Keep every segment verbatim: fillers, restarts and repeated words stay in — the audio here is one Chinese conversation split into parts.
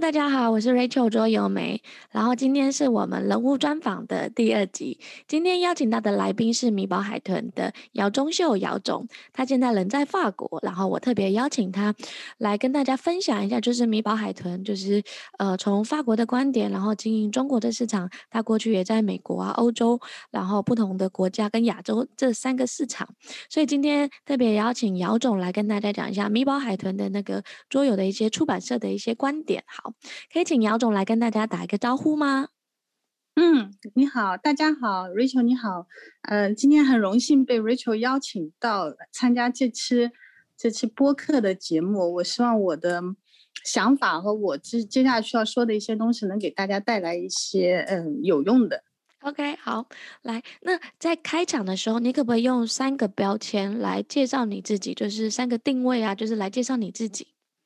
大家好，我是 Rachel 周游梅，然后今天是我们人物专访的第二集。今天邀请到的来宾是米宝海豚的姚忠秀姚总，他现在人在法国，然后我特别邀请他来跟大家分享一下，就是米宝海豚就是呃从法国的观点，然后经营中国的市场，他过去也在美国啊、欧洲，然后不同的国家跟亚洲这三个市场，所以今天特别邀请姚总来跟大家讲一下米宝海豚的那个桌游的一些出版社的一些观点。好，可以请姚总来跟大家打一个招呼吗？ 嗯，你好，大家好 ，Rachel 你好，嗯、呃，今天很荣幸被 Rachel 邀请到参加这期这期播客的节目。我希望我的想法和我接接下去要说的一些东西，能给大家带来一些嗯有用的。 OK，好，来，那在开场的时候，你可不可以用三个标签来介绍你自己？就是三个定位啊，就是来介绍你自己。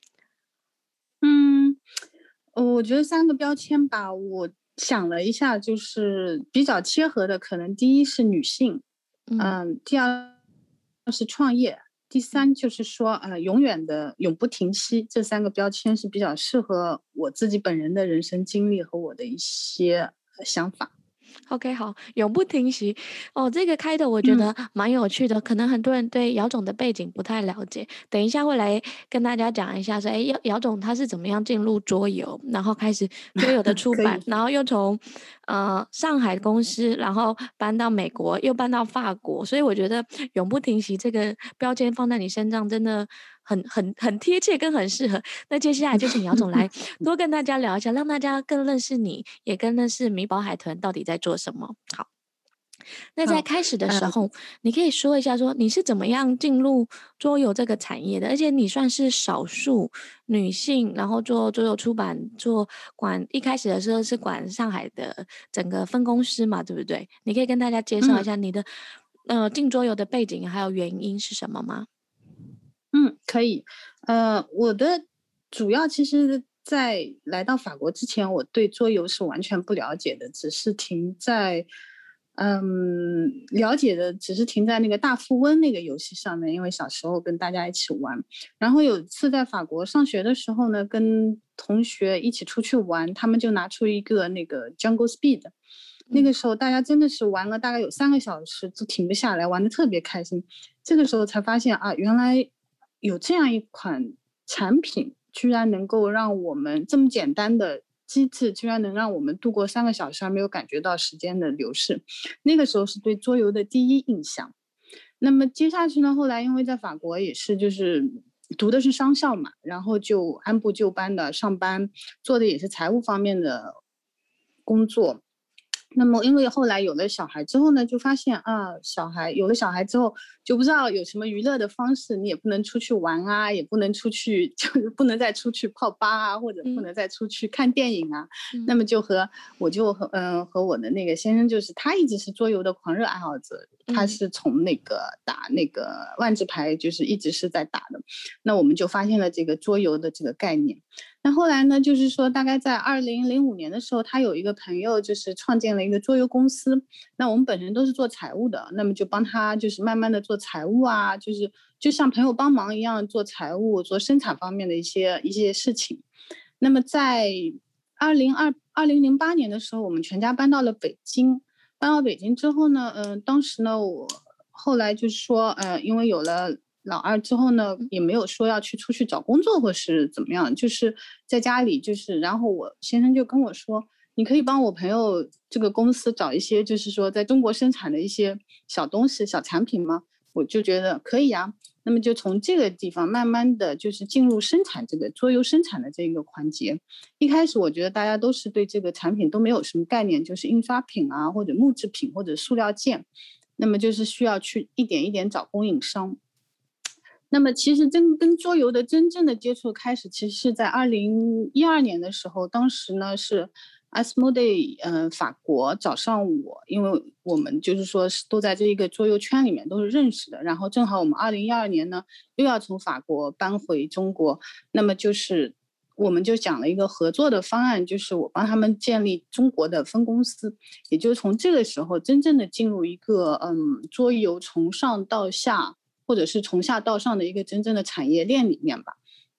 嗯，我觉得三个标签吧，我想了一下，就是比较切合的，可能第一是女性， 嗯， 嗯，第二是创业，第三就是说，呃，永远的永不停息。这三个标签是比较适合我自己本人的人生经历和我的一些想法。 OK，好，永不停息哦。这个开头我觉嗯， 得蛮有趣的，可能很多人对姚总的背景不太了解。等一下会来跟大家讲一下说，哎，姚姚总他是怎么样进入桌游，然后开始桌游的出版， 可以。 然后又从呃上海公司，然后搬到美国，又搬到法国。所以我觉得永不停息这个标签放在你身上，真的很很很贴切，跟很适合。那接下来就请姚总来多跟大家聊一下，让大家更认识你，也更认识米宝海豚到底在做什么。好，那在好， 开始的时嗯、 候，你可以说一下说你是怎么样进入桌游这个产业的，而且你算是少数女性，然后做桌游出版，做管一开始的时候是管上海的整个分公司嘛，对不对？你可以跟大家介绍一嗯下你的呃进桌游的背景还有原因是什么吗？ 嗯，可以。呃，我的主要其实，在来到法国之前，我对桌游是完全不了解的，只是停在，嗯，了解的只是停在那个大富翁那个游戏上面，因为小时候跟大家一起玩。然后有一次在法国上学的时候呢，跟同学一起出去玩，他们就拿出一个那个 Jungle Speed。那嗯个时候大家真的是玩了大概有三个小时，都停不下来，玩的特别开心。这个时候才发现啊，原来有这样一款产品，居然能够让我们这么简单的机制，居然能让我们度过三个小时，还没有感觉到时间的流逝。那个时候是对桌游的第一印象。那么接下去呢，后来因为在法国也是就是读的是商校嘛，然后就按部就班的上班，做的也是财务方面的工作。那么，因为后来有了小孩之后呢，就发现啊，小孩有了小孩之后，就不知道有什么娱乐的方式，你也不能出去玩啊，也不能出去，就是不能再出去泡吧啊，或者不嗯能再出去看电影啊。那嗯么就和我就和嗯、呃、和我的那个先生，就是他一直是桌游的狂热爱好者，他嗯是从那个打那个万智牌，就是一直是在打的。那我们就发现了这个桌游的这个概念。那后来呢，就是说大概在二零零五年的时候，他有一个朋友就是创建了一个桌游公司。那我们本身都是做财务的，那么就帮他就是慢慢的做财务啊，就是就像朋友帮忙一样做财务、做生产方面的一些一些事情。那么在二零二二零零八年的时候，我们全家搬到了北京。搬到北京之后呢，嗯、呃，当时呢，我后来就是说，呃，因为有了老二之后呢，也没有说要去出去找工作或是怎么样，就是在家里，就是然后我先生就跟我说，你可以帮我朋友这个公司找一些，就是说在中国生产的一些小东西、小产品吗？我就觉得可以啊。那么就从这个地方慢慢的就是进入生产这个桌游生产的这个环节。一开始我觉得大家都是对这个产品都没有什么概念，就是印刷品啊，或者木制品或者塑料件，那么就是需要去一点一点找供应商。那么其实真跟桌游的真正的接触开始，其实是在二零一二年的时候，当时呢是 Asmodee 嗯、呃、法国找上我，因为我们就是说是都在这一个桌游圈里面都是认识的，然后正好我们二零一二年呢又要从法国搬回中国，那么就是我们就讲了一个合作的方案，就是我帮他们建立中国的分公司，也就是从这个时候真正的进入一个嗯桌游从上到下，或者是从下到上的一个真正的产业链里面吧。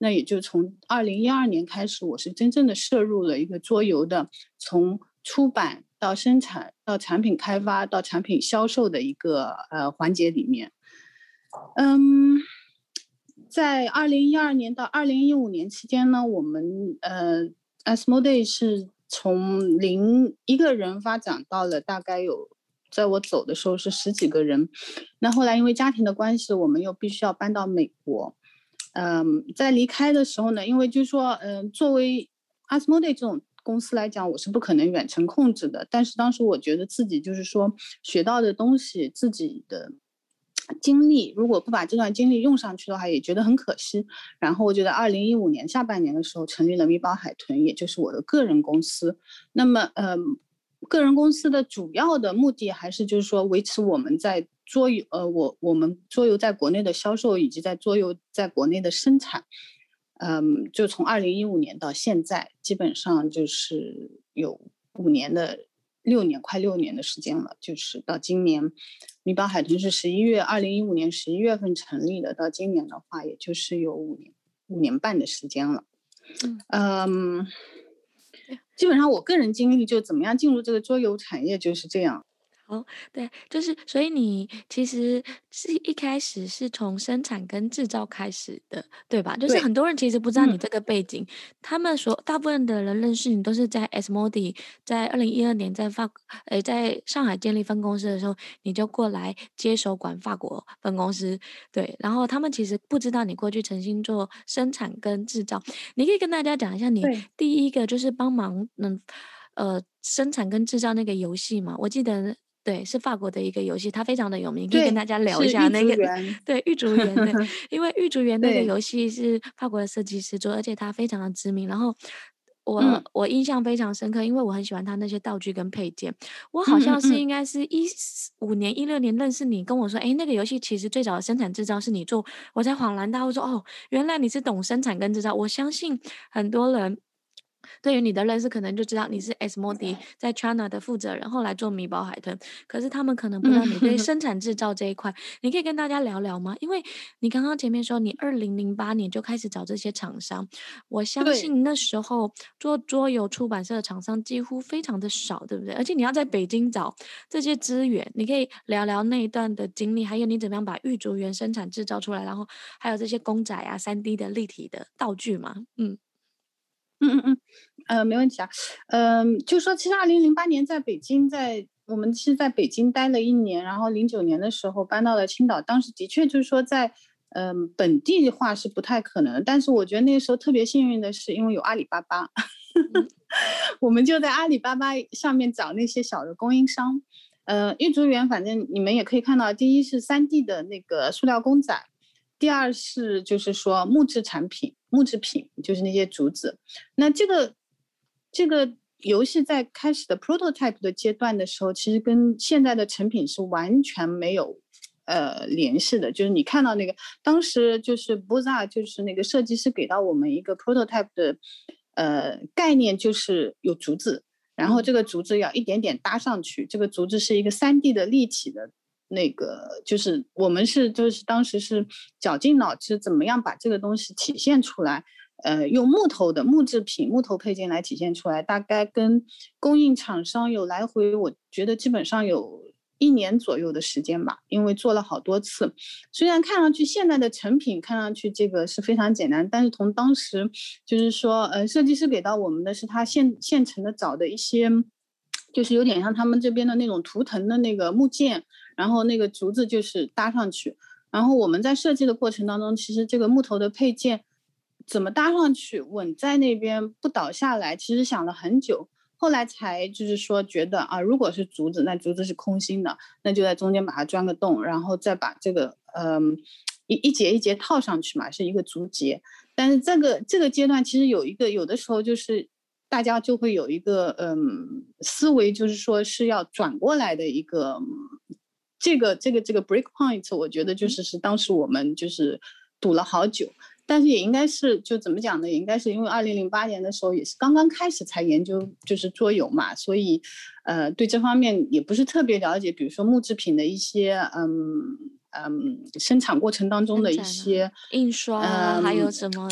那也就从二零一二年开始，我是真正的涉入了一个桌游的从出版到生产到产品开发到产品销售的一个呃环节里面。嗯，在二零一二年到二零一五年期间呢，我们呃 Asmodee 是从零一个人发展到了大概有，在我走的时候是十几个人。那后来因为家庭的关系，我们又必须要搬到美国。嗯，在离开的时候呢，因为就是说，嗯，作为 Asmodee 这种公司来讲，我是不可能远程控制的。但是当时我觉得自己就是说学到的东西，自己的经历，如果不把这段经历用上去的话，也觉得很可惜。然后我觉得二零一五年下半年的时候成立了米宝海豚，也就是我的个人公司。那么，呃，个人公司的主要的目的还是就是说维持我们在桌游，呃，我我们桌游在国内的销售，以及在桌游在国内的生产。嗯，就从二零一五年到现在，基本上就是有五年的六年，快六年的时间了。就是到今年，米宝海豚是十一月，二零一五年十一月份成立的，到今年的话，也就是有五年五年半的时间了。嗯。嗯，基本上我个人经历就怎么样进入这个桌游产业就是这样。 哦，对，就是所以你其实是一开始是从生产跟制造开始的，对吧？就是很多人其实不知道你这个背景，嗯、他们说大部分的人认识你都是在 Asmodee， 在二零一二年在法呃在上海建立分公司的时候，你就过来接手管法国分公司，对，然后他们其实不知道你过去曾经做生产跟制造，你可以跟大家讲一下你第一个就是帮忙嗯呃生产跟制造那个游戏嘛，我记得。对，是法国的一个游戏，它非常的有名，可以跟大家聊一下那个。对，玉竹园，对，因为玉竹园那个游戏是法国的设计师做，而且它非常的知名。然后我、嗯、我印象非常深刻，因为我很喜欢他那些道具跟配件。我好像是应该是一五年、一六年认识你，跟我说，哎，那个游戏其实最早的生产制造是你做，我才恍然大悟说，哦，原来你是懂生产跟制造。我相信很多人。对于你的认识，可能就知道你是 Asmodee 在 China 的负责人，后来做米宝海豚。可是他们可能不知道你对生产制造这一块，你可以跟大家聊聊吗？因为你刚刚前面说你二零零八年就开始找这些厂商，我相信那时候做桌游出版社的厂商几乎非常的少，对不对？而且你要在北京找这些资源，你可以聊聊那一段的经历，还有你怎么样把玉竹园生产制造出来，然后还有这些公仔啊、三 D 的立体的道具嘛，嗯。 嗯嗯嗯，呃，没问题啊。嗯、呃，就说其实二零零八年在北京在，在我们是在北京待了一年，然后零九年的时候搬到了青岛。当时的确就是说在，嗯、呃，本地化是不太可能，但是我觉得那个时候特别幸运的是，因为有阿里巴巴，嗯、我们就在阿里巴巴上面找那些小的供应商。呃，玉竹园，反正你们也可以看到，第一是三 D 的那个塑料公仔。第二是就是说木质产品、木制品，就是那些竹子。那这个这个游戏在开始的 prototype 的阶段的时候，其实跟现在的成品是完全没有呃联系的。就是你看到那个当时就是 Buza 就是那个设计师给到我们一个 prototype 的呃概念，就是有竹子，然后这个竹子要一点点搭上去，这个竹子是一个 三 D 的立体的。那个就是我们是就是当时是绞尽脑汁怎么样把这个东西体现出来，呃，用木头的木制品、木头配件来体现出来，大概跟供应厂商有来回，我觉得基本上有一年左右的时间吧，因为做了好多次。虽然看上去现在的成品看上去这个是非常简单，但是从当时就是说，呃，设计师给到我们的是他现现成的找的一些。就是有点像他们这边的那种图腾的那个木件，然后那个竹子就是搭上去。然后我们在设计的过程当中，其实这个木头的配件怎么搭上去，稳在那边不倒下来，其实想了很久。后来才就是说觉得啊，如果是竹子，那竹子是空心的，那就在中间把它钻个洞，然后再把这个嗯一一节一节套上去嘛，是一个竹节。但是这个这个阶段其实有一个有的时候就是。大家就会有一个嗯思维，就是说是要转过来的一个这个这个这个 break point， 我觉得就是是当时我们就是赌了好久，但是也应该是就怎么讲呢？也应该是因为二零零八年的时候也是刚刚开始才研究就是桌游嘛，所以呃对这方面也不是特别了解，比如说木制品的一些嗯嗯生产过程当中的一些印刷啊，嗯、还有什么？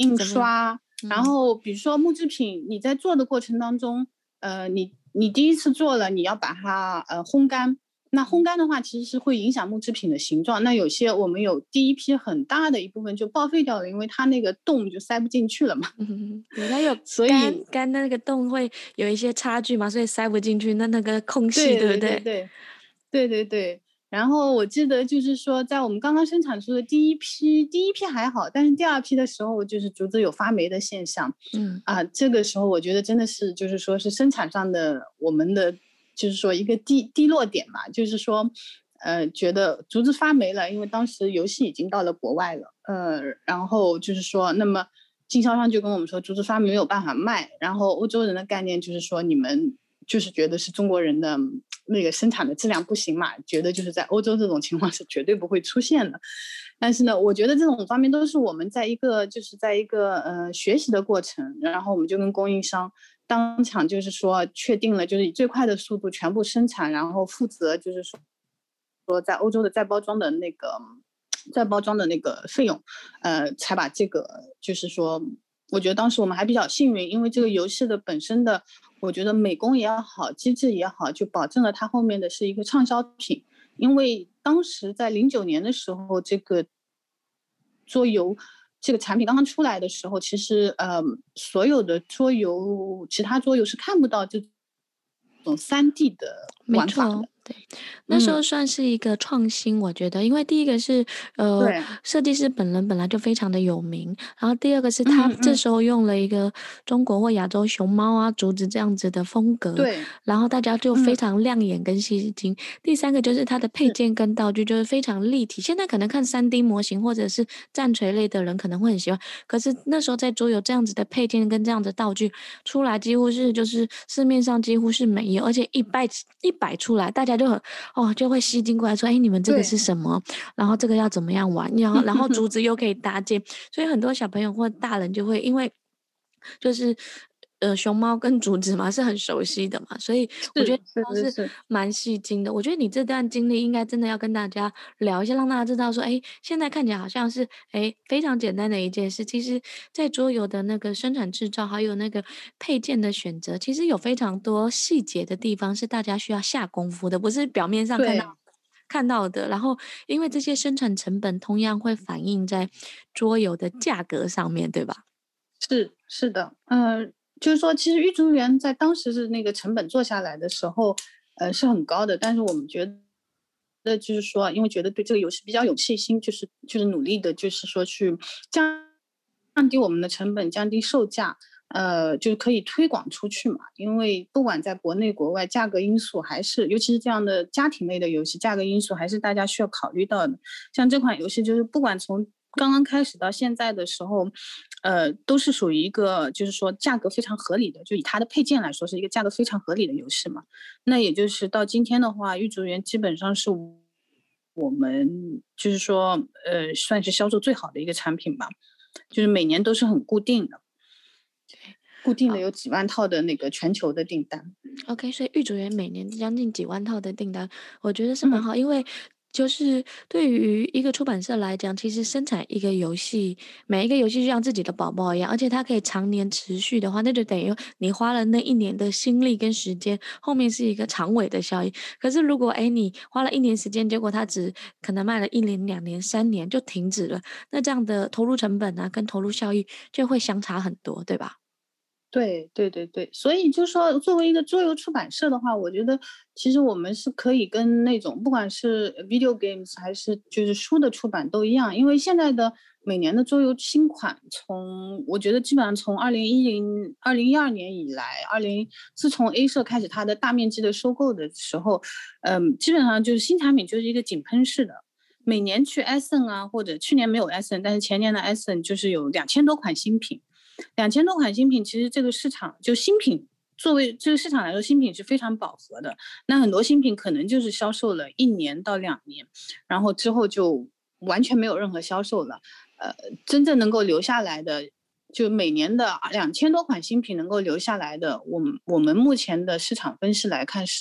印刷， 嗯、 然后比如说木制品，你在做的过程当中，呃，你你第一次做了，你要把它呃烘干。那烘干的话，其实是会影响木制品的形状。那有些我们有第一批很大的一部分就报废掉了，因为它那个洞就塞不进去了嘛。 嗯，对，它有所干以干那个洞会有一些差距嘛，所以塞不进去，那那个空隙， 对对不对？ 对对对对对。然后我记得就是说，在我们刚刚生产出的第一批，第一批还好，但是第二批的时候，就是竹子有发霉的现象。 嗯啊，这个时候我觉得真的是就是说是生产上的我们的就是说一个低低落点嘛，就是说，呃，觉得竹子发霉了，因为当时游戏已经到了国外了，呃，然后就是说，那么经销商就跟我们说，竹子发霉没有办法卖，然后欧洲人的概念就是说，你们就是觉得是中国人的那个生产的质量不行嘛，觉得就是在欧洲这种情况是绝对不会出现的。但是呢，我觉得这种方面都是我们在一个就是在一个呃学习的过程，然后我们就跟供应商当场就是说确定了，就是以最快的速度全部生产，然后负责就是说说在欧洲的再包装的那个再包装的那个费用，呃，才把这个就是说，我觉得当时我们还比较幸运，因为这个游戏的本身的，我觉得美工也好，机制也好，就保证了它后面的是一个畅销品。因为当时在零九年的时候，这个桌游这个产品刚刚出来的时候，其实呃，所有的桌游，其他桌游是看不到这种三 D 的玩法的。 对，那时候算是一个创新，我觉得，因为第一个是呃，设计师本人本来就非常的有名，然后第二个是他这时候用了一个中国或亚洲熊猫啊、竹子这样子的风格， 对， 然后大家就非常亮眼跟吸睛。嗯、第三个就是它的配件跟道具就是非常立体，现在可能看三 D 模型或者是战锤类的人可能会很喜欢，可是那时候在桌游这样子的配件跟这样的道具出来，几乎是就是市面上几乎是没有，而且一摆一摆出来，大家就很哦就会吸睛过来说，哎，你们这个是什么？然后这个要怎么样玩？然后然后竹子又可以搭建，所以很多小朋友或大人就会因为就是呃熊猫跟竹子嘛是很熟悉的嘛，所以我觉得是蛮吸睛的。我觉得你这段经历应该真的要跟大家聊一下，让大家知道说，哎，现在看起来好像是哎非常简单的一件事，其实在桌游的那个生产制造还有那个配件的选择，其实有非常多细节的地方是大家需要下功夫的，不是表面上看到看到的。然后因为这些生产成本同样会反映在桌游的价格上面，对吧？ 是是的，嗯、呃，就是说，其实玉竹园在当时是那个成本做下来的时候，呃，是很高的。但是我们觉得，就是说，因为觉得对这个游戏比较有信心，就是就是努力的，就是说去降降低我们的成本，降低售价，呃，就是可以推广出去嘛。因为不管在国内国外，价格因素还是，尤其是这样的家庭类的游戏，价格因素还是大家需要考虑到的。像这款游戏，就是不管从刚刚开始到现在的时候，呃，都是属于一个就是说价格非常合理的，就以它的配件来说是一个价格非常合理的游戏嘛。那也就是到今天的话，玉竹园基本上是我们就是说呃算是销售最好的一个产品吧，就是每年都是很固定的，固定的有几万套的那个全球的订单。 OK， 所以玉竹园每年将近几万套的订单，我觉得是蛮好，嗯、因为。就是对于一个出版社来讲，其实生产一个游戏，每一个游戏就像自己的宝宝一样，而且它可以常年持续的话，那就等于你花了那一年的心力跟时间，后面是一个长尾的效应。可是如果哎你花了一年时间，结果它只可能卖了一年、两年、三年就停止了，那这样的投入成本啊跟投入效益就会相差很多，对吧？ 对对对对，所以就说作为一个桌游出版社的话，我觉得其实我们是可以跟那种不管是 video games 还是就是书的出版都一样，因为现在的每年的桌游新款，从我觉得基本上从二零一零、二零一二年以来，二零自从 A 社开始它的大面积的收购的时候，嗯，基本上就是新产品就是一个井喷式的。每年去 Essen 啊，或者去年没有 Essen， 但是前年的 Essen 就是有两千多款新品。两千多款新品，其实这个市场就新品作为这个市场来说，新品是非常饱和的。那很多新品可能就是销售了一年到两年，然后之后就完全没有任何销售了。呃，真正能够留下来的，就每年的两千多款新品能够留下来的，我们我们目前的市场分析来看是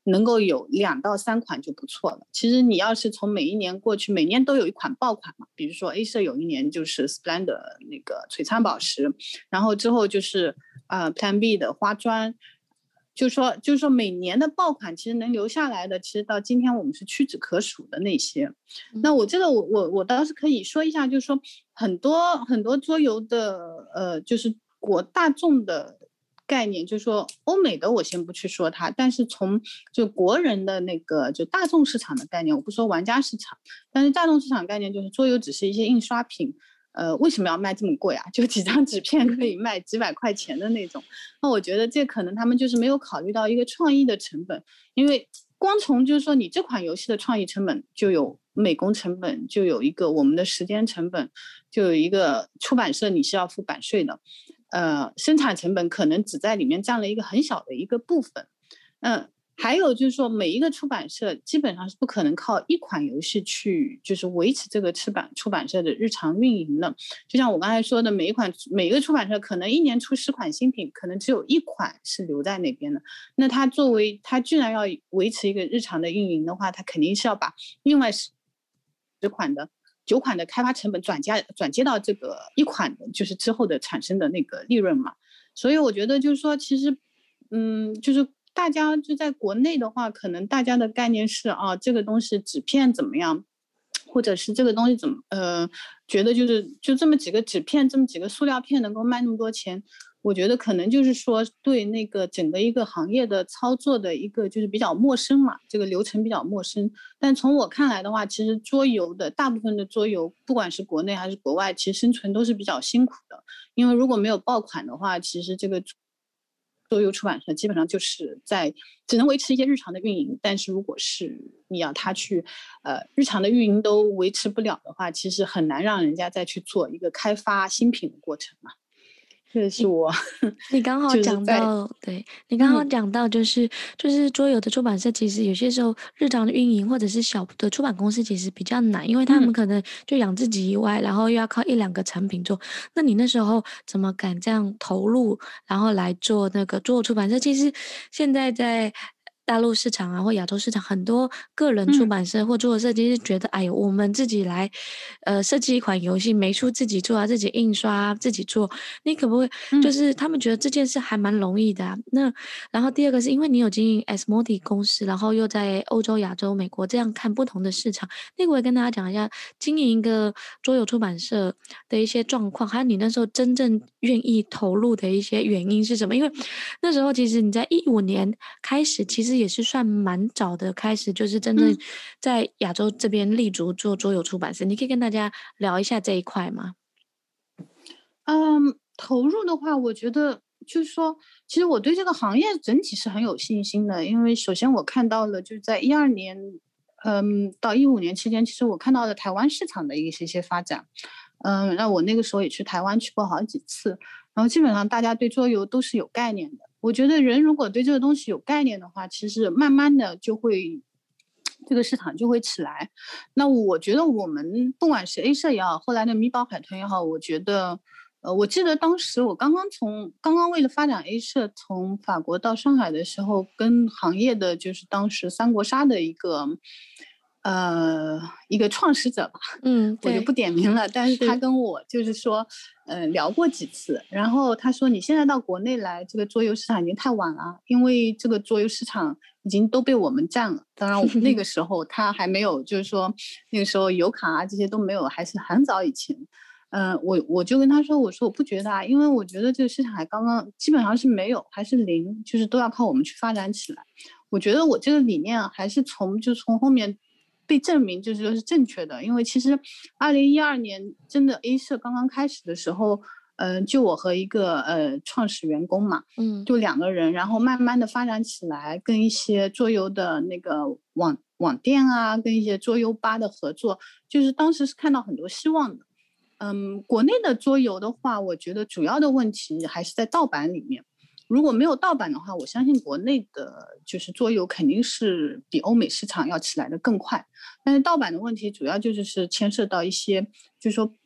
能够有两到三款就不错了。其实你要是从每一年过去，每年都有一款爆款嘛，比如说 A 社有一年就是 Splendor 那个璀璨宝石，然后之后就是呃 Plan B 的花砖，就是说就是说每年的爆款其实能留下来的，其实到今天我们是屈指可数的那些。那我这个我我我倒是可以说一下，就是说很多很多桌游的呃就是国大众的概念，就是说欧美的我先不去说它，但是从就国人的那个就大众市场的概念，我不说玩家市场，但是大众市场概念就是桌游只是一些印刷品，呃，为什么要卖这么贵啊？就几张纸片可以卖几百块钱的那种。那我觉得这可能他们就是没有考虑到一个创意的成本，因为光从就是说你这款游戏的创意成本就有美工成本，就有一个我们的时间成本，就有一个出版社你是要付版税的。呃，生产成本可能只在里面占了一个很小的一个部分，嗯、呃，还有就是说每一个出版社基本上是不可能靠一款游戏去就是维持这个出版出版社的日常运营的。就像我刚才说的，每一款每一个出版社可能一年出十款新品，可能只有一款是留在那边的。那它作为它居然要维持一个日常的运营的话，它肯定是要把另外十款的。九款的开发成本转嫁转接到这个一款的，就是之后的产生的那个利润嘛。所以我觉得就是说，其实，嗯，就是大家就在国内的话，可能大家的概念是啊，这个东西纸片怎么样，或者是这个东西怎么呃，觉得就是就这么几个纸片，这么几个塑料片能够卖那么多钱。我觉得可能就是说对那个整个一个行业的操作的一个就是比较陌生嘛，这个流程比较陌生。但从我看来的话，其实桌游的大部分的桌游，不管是国内还是国外，其实生存都是比较辛苦的。因为如果没有爆款的话，其实这个桌游出版社基本上就是在只能维持一些日常的运营。但是如果是你要他去呃日常的运营都维持不了的话，其实很难让人家再去做一个开发新品的过程嘛。这是我你刚好讲到，对你刚好讲到，就是就是桌游的出版社，其实有些时候日常的运营或者是小的出版公司，其实比较难，因为他们可能就养自己以外，然后又要靠一两个产品做。那你那时候怎么敢这样投入，然后来做那个桌游出版社？其实现在在大陆市场啊，或亚洲市场，很多个人出版社或桌游设计师觉得，哎呦，我们自己来，呃，设计一款游戏，美术自己做啊，自己印刷啊，自己做，你可不可以？就是他们觉得这件事还蛮容易的啊。那然后第二个是因为你有经营 Asmodee 公司，然后又在欧洲、亚洲、美国这样看不同的市场，那个我也跟大家讲一下，经营一个桌游出版社的一些状况，还有你那时候真正愿意投入的一些原因是什么？因为那时候其实你在一五年开始，其实也是算蛮早的开始，就是真正在亚洲这边立足做桌游出版社。你可以跟大家聊一下这一块吗？ 嗯，投入的话，我觉得就是说，其实我对这个行业整体是很有信心的，因为首先我看到了就是在一二年，嗯，到一五年期间，其实我看到了台湾市场的一些些发展，嗯，那我那个时候也去台湾去过好几次，然后基本上大家对桌游都是有概念的。我觉得人如果对这个东西有概念的话，其实慢慢的就会。这个市场就会起来。那我觉得我们不管是 A 社也好，后来的米宝海豚也好，我觉得，呃，我记得当时我刚刚从刚刚为了发展 A 社从法国到上海的时候，跟行业的就是当时三国杀的一个，呃，一个创始者吧， 嗯， 我就不点名了，但是他跟我就是说，呃，聊过几次，然后他说你现在到国内来，这个桌游市场已经太晚了，因为这个桌游市场已经都被我们占了。当然那个时候他还没有，就是说那个时候油卡啊这些都没有，还是很早以前。嗯、呃，我我就跟他说，我说我不觉得啊，因为我觉得这个市场还刚刚基本上是没有，还是零，就是都要靠我们去发展起来。我觉得我这个理念啊，还是从就从后面被证明就是说是正确的，因为其实二零一二年真的 A 社刚刚开始的时候，嗯、呃，就我和一个呃创始员工嘛， 嗯， 就两个人，然后慢慢的发展起来，跟一些桌游的那个网网店啊，跟一些桌游吧的合作，就是当时是看到很多希望的。嗯，国内的桌游的话，我觉得主要的问题还是在盗版里面。如果没有盗版的话，我相信国内的就是桌游肯定是比欧美市场要起来的更快。但是盗版的问题主要就是是牵涉到一些，就是说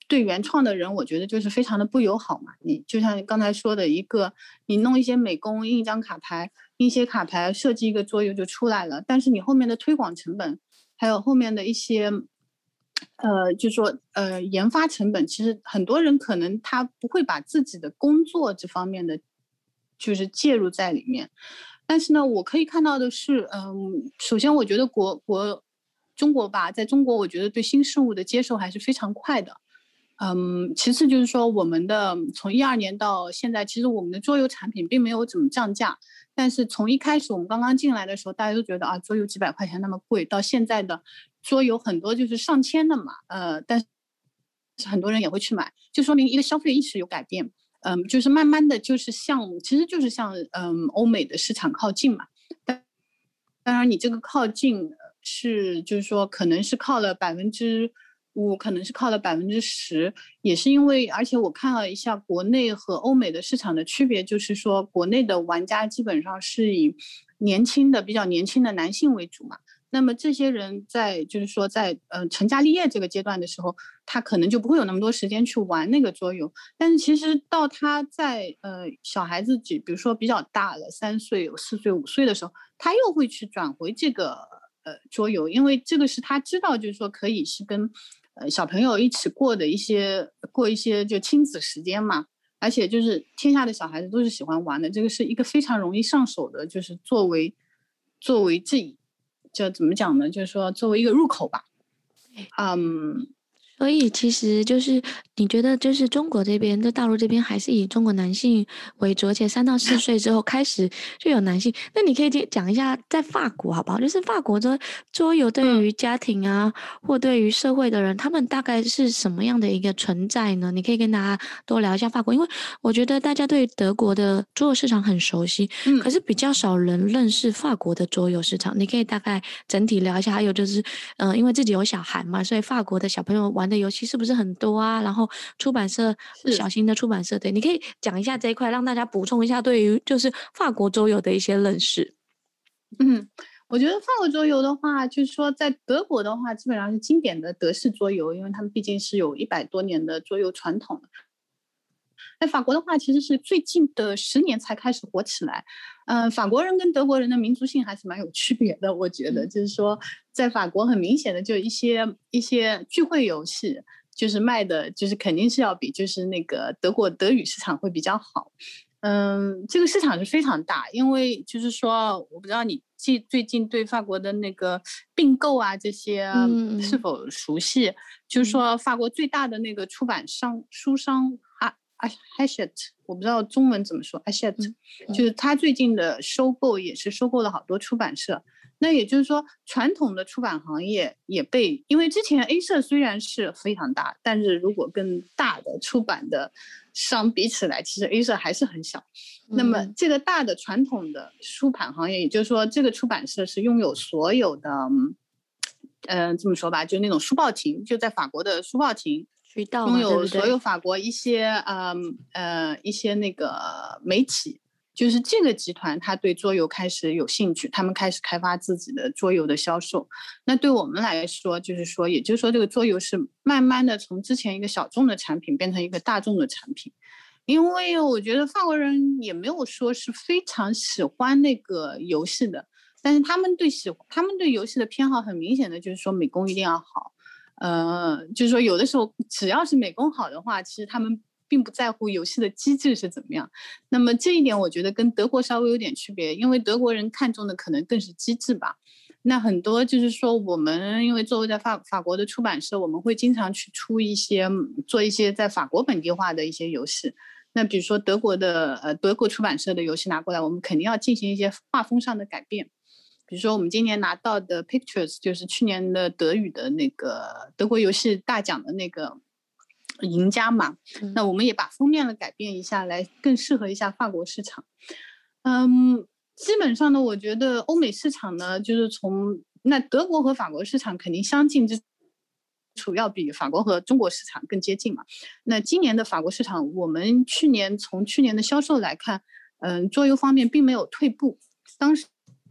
对原创的人，我觉得就是非常的不友好嘛。你就像刚才说的一个，你弄一些美工，印一张卡牌，印一些卡牌，设计一个桌游就出来了，但是你后面的推广成本，还有后面的一些，呃，就是说呃研发成本，其实很多人可能他不会把自己的工作这方面的，就是介入在里面。但是呢，我可以看到的是，嗯，首先我觉得国国中国吧，在中国，我觉得对新事物的接受还是非常快的。嗯，其次就是说，我们的从一二年到现在，其实我们的桌游产品并没有怎么降价，但是从一开始我们刚刚进来的时候，大家都觉得啊，桌游几百块钱那么贵，到现在的桌游很多就是上千的嘛，呃，但是很多人也会去买，就说明一个消费意识有改变。嗯，就是慢慢的就是向，其实就是向嗯欧美的市场靠近嘛。但当然，你这个靠近是就是说可能是靠了百分之五，可能是靠了百分之十，也是因为，而且我看了一下国内和欧美的市场的区别，就是说国内的玩家基本上是以年轻的、比较年轻的男性为主嘛。那么这些人在就是说在呃成家立业这个阶段的时候，他可能就不会有那么多时间去玩那个桌游。但是其实到他在呃小孩子，比如说比较大了，三岁、四岁、五岁的时候，他又会去转回这个呃桌游，因为这个是他知道，就是说可以是跟呃小朋友一起过的一些过一些就亲子时间嘛。而且就是天下的小孩子都是喜欢玩的，这个是一个非常容易上手的，就是作为作为这就怎么讲呢？就是说作为一个入口吧。嗯。 所以其实就是你觉得就是中国这边，就大陆这边还是以中国男性为主，而且三到四岁之后开始就有男性。那你可以讲一下在法国好不好？就是法国的桌游对于家庭啊，嗯、或对于社会的人，他们大概是什么样的一个存在呢？你可以跟大家多聊一下法国，因为我觉得大家对德国的桌游市场很熟悉，嗯、可是比较少人认识法国的桌游市场。你可以大概整体聊一下，还有就是，嗯、呃，因为自己有小孩嘛，所以法国的小朋友玩的游戏是不是很多啊？然后出版社小型的出版社，对，你可以讲一下这一块，让大家补充一下对于就是法国桌游的一些认识。 嗯，我觉得法国桌游的话，就是说在德国的话，基本上是经典的德式桌游，因为他们毕竟是有一百多年的桌游传统的。在法国的话，其实是最近的十年才开始火起来。嗯、呃，法国人跟德国人的民族性还是蛮有区别的，我觉得，就是说，在法国很明显的就一些一些聚会游戏，就是卖的，就是肯定是要比就是那个德国德语市场会比较好。嗯，这个市场是非常大，因为就是说，我不知道你最最近对法国的那个并购啊这些是否熟悉？嗯、就是说，法国最大的那个出版商书商啊。Hachette， 我不知道中文怎么说 Hachette，、嗯、就是他最近的收购也是收购了好多出版社。那也就是说，传统的出版行业也被，因为之前 A 社虽然是非常大，但是如果跟大的出版的商比起来，其实 A 社还是很小。嗯、那么这个大的传统的出版行业，也就是说，这个出版社是拥有所有的，嗯、呃，这么说吧，就那种书报亭，就在法国的书报亭。 渠道拥有所有法国一些呃呃一些那个媒体，就是这个集团，他对桌游开始有兴趣，他们开始开发自己的桌游的销售。那对我们来说，就是说，也就是说，这个桌游是慢慢的从之前一个小众的产品变成一个大众的产品。因为我觉得法国人也没有说是非常喜欢那个游戏的，但是他们对喜他们对游戏的偏好很明显的就是说美工一定要好。呃，就是说，有的时候只要是美工好的话，其实他们并不在乎游戏的机制是怎么样。那么这一点，我觉得跟德国稍微有点区别，因为德国人看重的可能更是机制吧。那很多就是说，我们因为作为在法法国的出版社，我们会经常去出一些做一些在法国本地化的一些游戏。那比如说德国的呃德国出版社的游戏拿过来，我们肯定要进行一些画风上的改变。比如说我们今年拿到的 Pictures， 就是去年的德语的那个德国游戏大奖的那个赢家嘛，嗯、那我们也把封面了改变一下，来更适合一下法国市场。嗯，基本上呢，我觉得欧美市场呢，就是从那德国和法国市场肯定相近之处，要比法国和中国市场更接近嘛。那今年的法国市场，我们去年从去年的销售来看，嗯，桌游方面并没有退步，当时。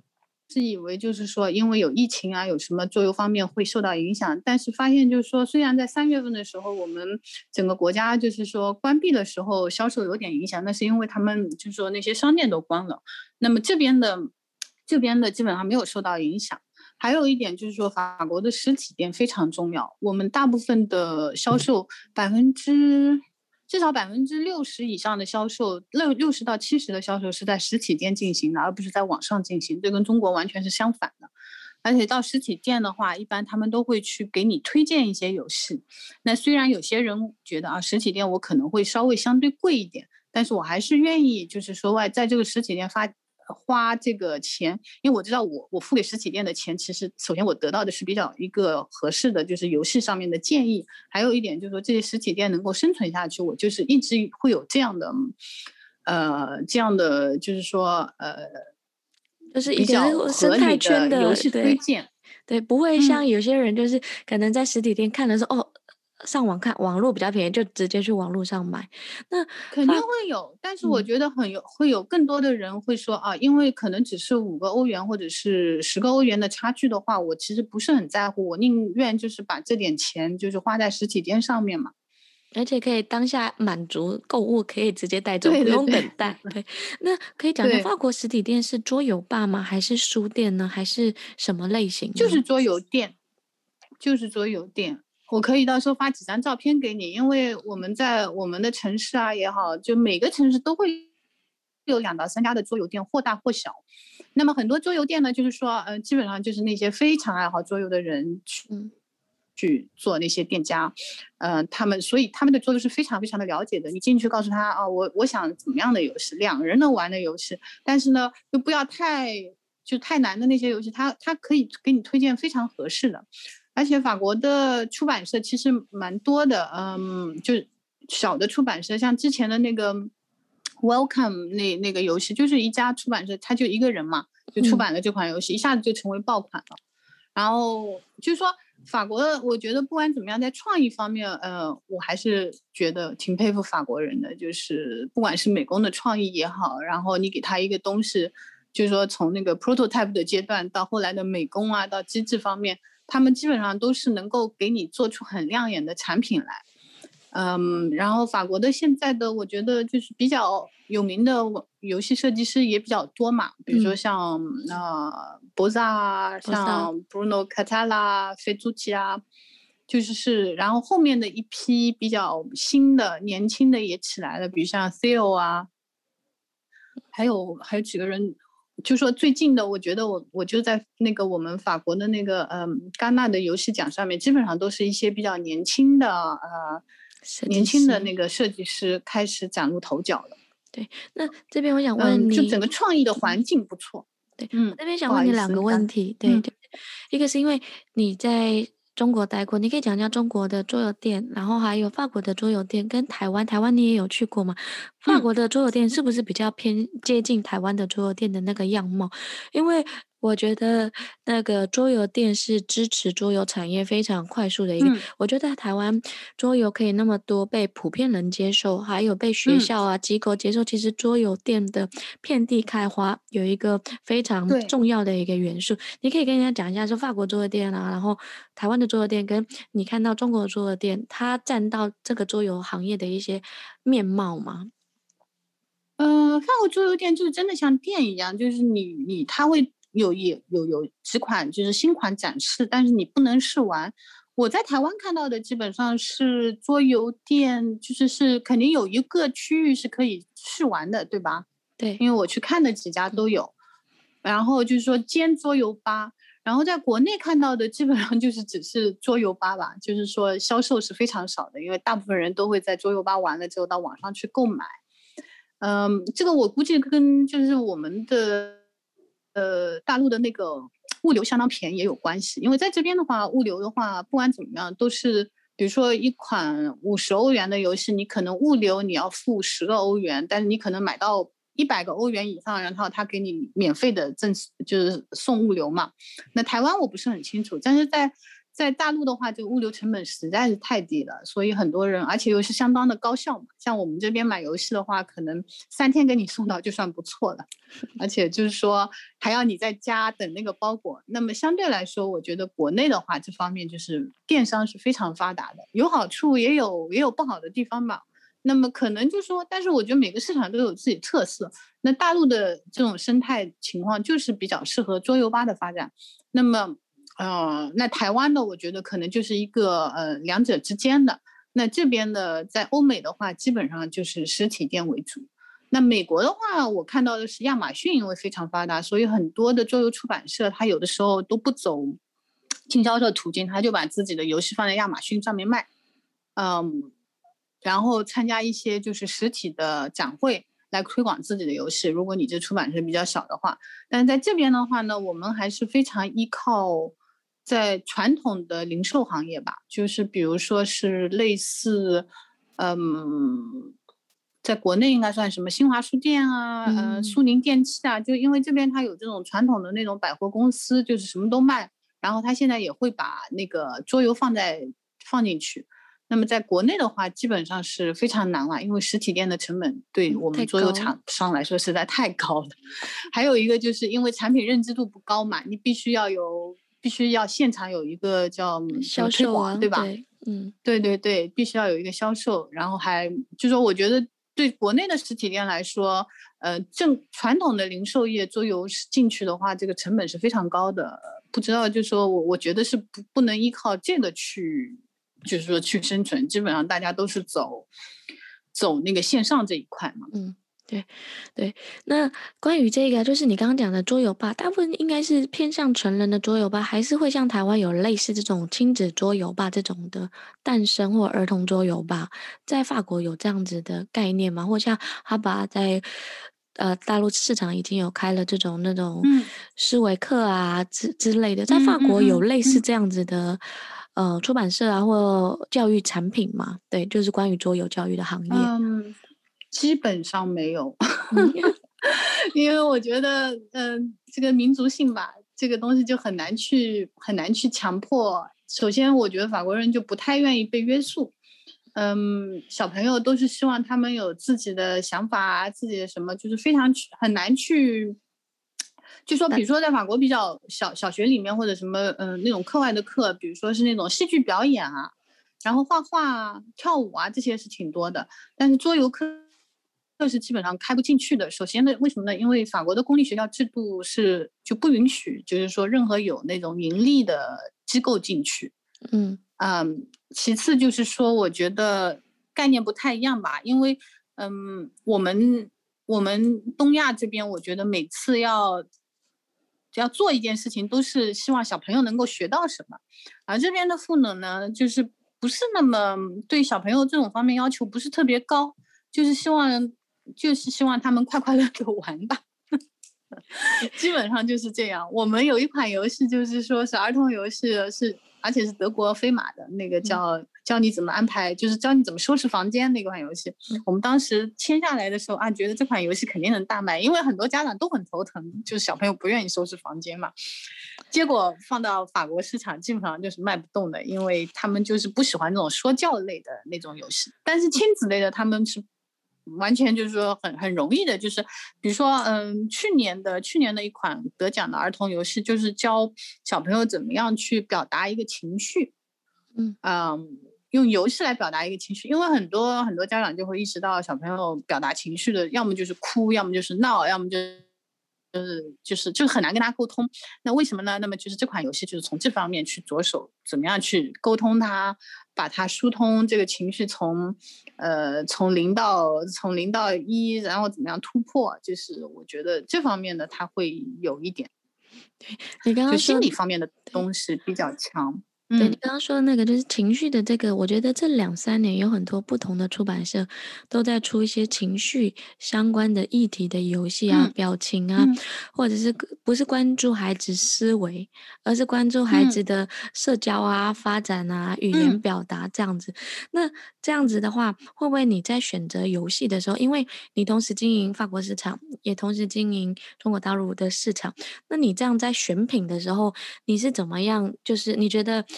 是以为就是说因为有疫情啊，有什么桌游方面会受到影响，但是发现就是说，虽然在三月份的时候，我们整个国家就是说关闭的时候销售有点影响，那是因为他们就是说那些商店都关了，那么这边的这边的基本上没有受到影响。还有一点就是说，法国的实体店非常重要，我们大部分的销售百分之。至少百分之六十以上的销售，六六十到七十的销售是在实体店进行的，而不是在网上进行，这跟中国完全是相反的。而且到实体店的话，一般他们都会去给你推荐一些游戏。那虽然有些人觉得啊，实体店我可能会稍微相对贵一点，但是我还是愿意就是说外在这个实体店发。花这个钱，因为我知道我我付给实体店的钱，其实首先我得到的是比较一个合适的，就是游戏上面的建议。还有一点就是说，这些实体店能够生存下去，我就是一直会有这样的，呃，这样的就是说，呃， 就是一比较个生合理态圈的， 的游戏推对荐。 对，不会嗯像有些人就是可能在实体店看的时候，哦，上网看网络比较便宜，就直接去网络上买。那肯定会有，但是我嗯觉得很有会有更多的人会说啊，因为可能只是五个欧元或者是十个欧元的差距的话，我其实不是很在乎，我宁愿就是把这点钱就是花在实体店上面嘛。 而且可以当下满足购物，可以直接带走，不用对对对等待。对，那可以讲一下对， 法国实体店是桌游吧吗？还是书店呢？还是什么类型呢？ 就是桌游店，就是桌游店。我可以到时候发几张照片给你，因为我们在我们的城市啊也好，就每个城市都会有两到三家的桌游店，或大或小。那么很多桌游店呢，就是说，呃，基本上就是那些非常爱好桌游的人去、 嗯、 去做那些店家，呃，他们所以他们的桌游是非常非常的了解的。你进去告诉他啊，我我想怎么样的游戏，两人能玩的游戏，但是呢又不要太就太难的那些游戏，他他可以给你推荐非常合适的。而且法国的出版社其实蛮多的，嗯，就小的出版社，像之前的那个 Welcome 那那个游戏，就是一家出版社，他就一个人嘛，就出版了这款游戏，嗯、一下子就成为爆款了。然后就是说，法国，我觉得不管怎么样，在创意方面，呃，我还是觉得挺佩服法国人的，就是不管是美工的创意也好，然后你给他一个东西，就是说从那个 prototype 的阶段到后来的美工啊，到机制方面。他们基本上都是能够给你做出很亮眼的产品来，嗯，然后法国的现在的我觉得就是比较有名的游戏设计师也比较多嘛，比如说像、嗯、呃博萨啊，像 Bruno Catala、费祖奇啊，就是是，然后后面的一批比较新的、年轻的也起来了，比如像 Theo 啊，还有还有几个人。就说最近的，我觉得我我就在那个我们法国的那个嗯戛纳的游戏奖上面，基本上都是一些比较年轻的呃年轻的那个设计师开始崭露头角了。 对，那这边我想问你， 嗯、就整个创意的环境不错。 对， 嗯， 我这边想问你两个问题。对， 嗯、 就一个是因为你在中国待过，你可以讲讲中国的桌游店，然后还有法国的桌游店，跟台湾，台湾你也有去过吗？法国的桌游店是不是比较偏接近台湾的桌游店的那个样貌？因为我觉得那个桌游店是支持桌游产业非常快速的一个。 嗯、 我觉得台湾桌游可以那么多被普遍人接受，还有被学校啊、嗯、机构接受，其实桌游店的遍地开花有一个非常重要的一个元素。你可以跟人家讲一下，说法国桌游店啊，然后台湾的桌游店跟你看到中国的桌游店，它占到这个桌游行业的一些面貌吗？ 呃，法国桌游店就是真的像店一样，就是你你它会有有有有几款就是新款展示，但是你不能试玩。我在台湾看到的基本上是桌游店，就是是肯定有一个区域是可以试玩的，对吧？ 对， 因为我去看的几家都有。然后就是说兼桌游吧，然后在国内看到的基本上就是只是桌游吧吧，就是说销售是非常少的，因为大部分人都会在桌游吧玩了之后到网上去购买。嗯，这个我估计跟就是我们的呃大陆的那个物流相当便宜也有关系，因为在这边的话，物流的话不管怎么样都是，比如说一款五十欧元的游戏，你可能物流你要付十个欧元，但是你可能买到一百个欧元以上，然后他给你免费的赠就是送物流嘛。那台湾我不是很清楚，但是在在大陆的话，这个物流成本实在是太低了，所以很多人，而且又是相当的高效嘛。像我们这边买游戏的话，可能三天给你送到就算不错了，而且就是说还要你在家等那个包裹。那么相对来说，我觉得国内的话，这方面就是电商是非常发达的，有好处也有也有不好的地方吧。那么可能就是说，但是我觉得每个市场都有自己特色。那大陆的这种生态情况就是比较适合桌游吧的发展。那么呃，那台湾的我觉得可能就是一个呃两者之间的。那这边的在欧美的话，基本上就是实体店为主。那美国的话，我看到的是亚马逊因为非常发达，所以很多的桌游出版社，它有的时候都不走经销社途径，他就把自己的游戏放在亚马逊上面卖，嗯，然后参加一些就是实体的展会来推广自己的游戏。如果你这出版社比较小的话，但是在这边的话呢，我们还是非常依靠在传统的零售行业吧，就是比如说是类似，嗯，在国内应该算什么新华书店啊，呃，苏宁电器啊，就因为这边它有这种传统的那种百货公司，就是什么都卖，然后它现在也会把那个桌游放在放进去。那么在国内的话，基本上是非常难了，因为实体店的成本对我们桌游厂商来说实在太高了。还有一个就是因为产品认知度不高嘛，你必须要有，必须要现场有一个叫销推广， 售啊， 对吧？ 对，嗯， 对对对，必须要有一个销售，然后还就说我觉得对国内的实体店来说，呃，正传统的零售业桌游进去的话，这个成本是非常高的。不知道，就说我我觉得是不不能依靠这个去。就是说去生存，基本上大家都是走走那个线上这一块嘛。 嗯，对对。那关于这个，就是你刚刚讲的桌游吧，大部分应该是偏向成人的桌游吧，还是会像台湾有类似这种亲子桌游吧这种的诞生，或儿童桌游吧？在法国有这样子的概念吗？或像哈巴在呃大陆市场已经有开了这种那种思维课啊之之类的，在法国有类似这样子的。呃，出版社啊，或教育产品嘛，对，就是关于桌游教育的行业。 嗯，基本上没有，因为我觉得，嗯、呃，这个民族性吧，这个东西就很难去很难去强迫。首先，我觉得法国人就不太愿意被约束。嗯，小朋友都是希望他们有自己的想法，自己的什么，就是非常很难去。就说，比如说在法国比较小小学里面或者什么，嗯、呃，那种课外的课，比如说是那种戏剧表演啊，然后画画啊、跳舞啊，这些是挺多的。但是桌游课课是基本上开不进去的。首先呢，为什么呢？因为法国的公立学校制度是就不允许，就是说任何有那种盈利的机构进去。 嗯嗯，其次就是说，我觉得概念不太一样吧，因为嗯，我们我们东亚这边，我觉得每次要。要做一件事情，都是希望小朋友能够学到什么，而这边的赋能呢，就是不是那么对小朋友这种方面要求不是特别高，就是希望就是希望他们快快乐乐玩吧，基本上就是这样。我们有一款游戏，就是说是儿童游戏，是而且是德国飞马的那个叫、嗯、教你怎么安排，就是教你怎么收拾房间那款游戏。嗯、我们当时签下来的时候啊，觉得这款游戏肯定能大卖，因为很多家长都很头疼，就是小朋友不愿意收拾房间嘛。结果放到法国市场，基本上就是卖不动的，因为他们就是不喜欢那种说教类的那种游戏，但是亲子类的他们是。完全就是说很很容易的，就是比如说，嗯，去年的去年的一款得奖的儿童游戏，就是教小朋友怎么样去表达一个情绪， 嗯嗯，用游戏来表达一个情绪，因为很多很多家长就会意识到小朋友表达情绪的，要么就是哭，要么就是闹，要么就是。就是就是就很难跟他沟通，那为什么呢？那么就是这款游戏就是从这方面去着手，怎么样去沟通他，把他疏通这个情绪从，呃，从零到从零到一，然后怎么样突破？就是我觉得这方面的他会有一点， 对你刚刚就心理方面的东西比较强。 对你刚刚说的那个就是情绪的这个，我觉得这两三年有很多不同的出版社都在出一些情绪相关的议题的游戏啊、 嗯、 表情啊， 嗯、 或者是不是关注孩子思维，而是关注孩子的社交啊、发展啊、语言表达这样子。那这样子的话，会不会你在选择游戏的时候，因为你同时经营法国市场，也同时经营中国大陆的市场，那你这样在选品的时候，你是怎么样？就是你觉得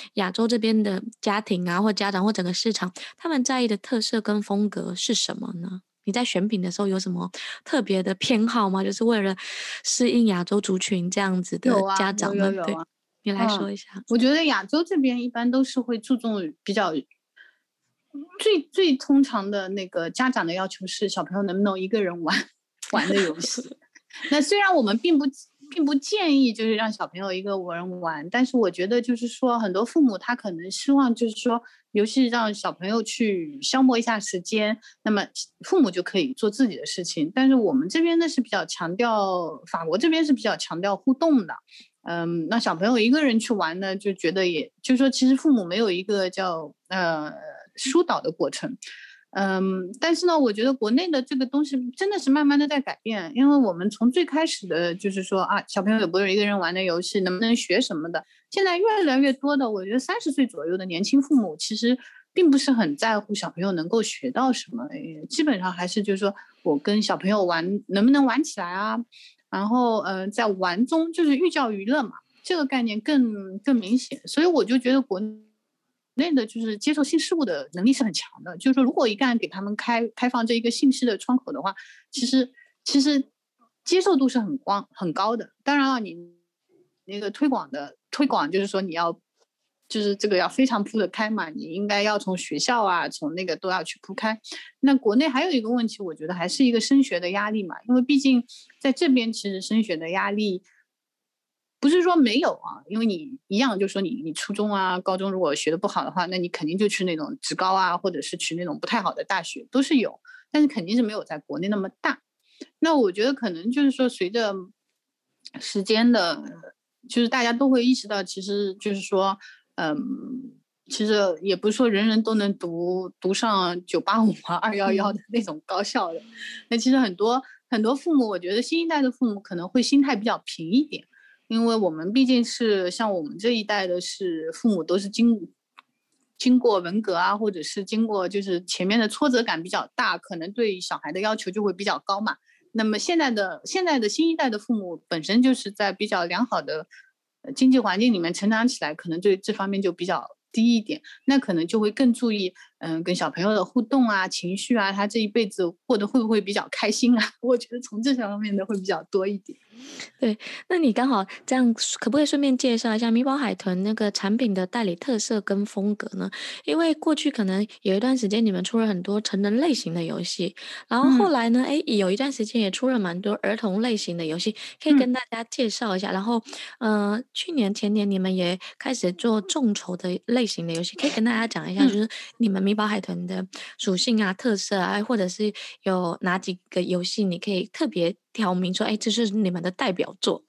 亚洲这边的家庭啊，或家长或整个市场，他们在意的特色跟风格是什么呢？你在选品的时候有什么特别的偏好吗？就是为了适应亚洲族群这样子的有啊， 家长们，对， 有有有啊， 你来说嗯， 一下。 我觉得亚洲这边一般都是会注重比较最最通常的那个家长的要求是小朋友能不能一个人玩玩的游戏。那虽然我们并不并不建议就是让小朋友一个人玩，但是我觉得就是说很多父母他可能希望就是说游戏让小朋友去消磨一下时间，那么父母就可以做自己的事情。但是我们这边呢是比较强调，法国这边是比较强调互动的。嗯，那小朋友一个人去玩呢，就觉得也就是说，其实父母没有一个叫呃疏导的过程。嗯，但是呢，我觉得国内的这个东西真的是慢慢的在改变，因为我们从最开始的就是说啊，小朋友有没有一个人玩的游戏，能不能学什么的，现在越来越多的，我觉得三十岁左右的年轻父母其实并不是很在乎小朋友能够学到什么，基本上还是就是说我跟小朋友玩能不能玩起来啊，然后呃，在玩中就是寓教于乐嘛，这个概念更更明显，所以我就觉得国内的就是接受新事物的能力是很强的，就是说如果一旦给他们开开放这一个信息的窗口的话，其实其实接受度是很光很高的。当然了，你那个推广的推广就是说你要就是这个要非常铺得开嘛，你应该要从学校啊，从那个都要去铺开。那国内还有一个问题，我觉得还是一个升学的压力嘛，因为毕竟在这边其实升学的压力不是说没有啊，因为你一样就是说你你初中啊高中如果学的不好的话，那你肯定就去那种职高啊，或者是去那种不太好的大学都是有，但是肯定是没有在国内那么大。那我觉得可能就是说随着时间的就是大家都会意识到，其实就是说嗯，其实也不是说人人都能读读上九八五啊二幺幺的那种高校的。那其实很多很多父母，我觉得新一代的父母可能会心态比较平一点，因为我们毕竟是像我们这一代的是父母都是经经过文革啊，或者是经过就是前面的挫折感比较大，可能对小孩的要求就会比较高嘛。那么现在的现在的新一代的父母本身就是在比较良好的经济环境里面成长起来，可能对这方面就比较低一点，那可能就会更注意嗯跟小朋友的互动啊情绪啊，他这一辈子过得会不会比较开心啊，我觉得从这方面的会比较多一点。 对，那你刚好这样，可不可以顺便介绍一下米宝海豚那个产品的代理特色跟风格呢？因为过去可能有一段时间你们出了很多成人类型的游戏，然后后来呢，哎、嗯，有一段时间也出了蛮多儿童类型的游戏，可以跟大家介绍一下。嗯、然后，呃，去年前年你们也开始做众筹的类型的游戏，可以跟大家讲一下，就是你们米宝海豚的属性啊、特色啊，或者是有哪几个游戏你可以特别挑明说，哎，这是你们的代表作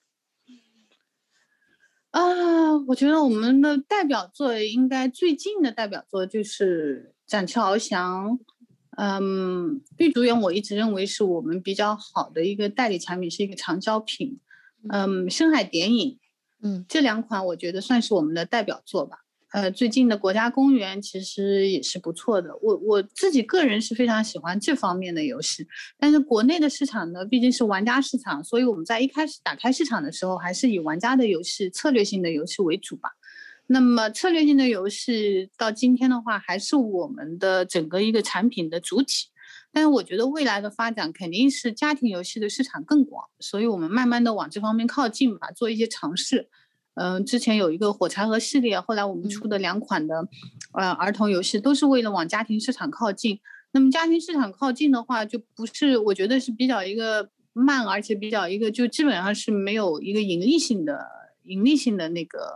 啊，我觉得我们的代表作应该最近的代表作就是《展翅翱翔》。嗯，玉竹园我一直认为是我们比较好的一个代理产品，是一个长销品。嗯，深海谍影，嗯，这两款我觉得算是我们的代表作吧。呃，最近的国家公园其实也是不错的，我我自己个人是非常喜欢这方面的游戏，但是国内的市场呢，毕竟是玩家市场，所以我们在一开始打开市场的时候，还是以玩家的游戏、策略性的游戏为主吧。那么策略性的游戏到今天的话，还是我们的整个一个产品的主体。但是我觉得未来的发展肯定是家庭游戏的市场更广，所以我们慢慢的往这方面靠近吧，做一些尝试。嗯、呃，之前有一个火柴盒系列，后来我们出的两款的，呃，儿童游戏都是为了往家庭市场靠近。那么家庭市场靠近的话，就不是我觉得是比较一个慢，而且比较一个就基本上是没有一个盈利性的盈利性的那个，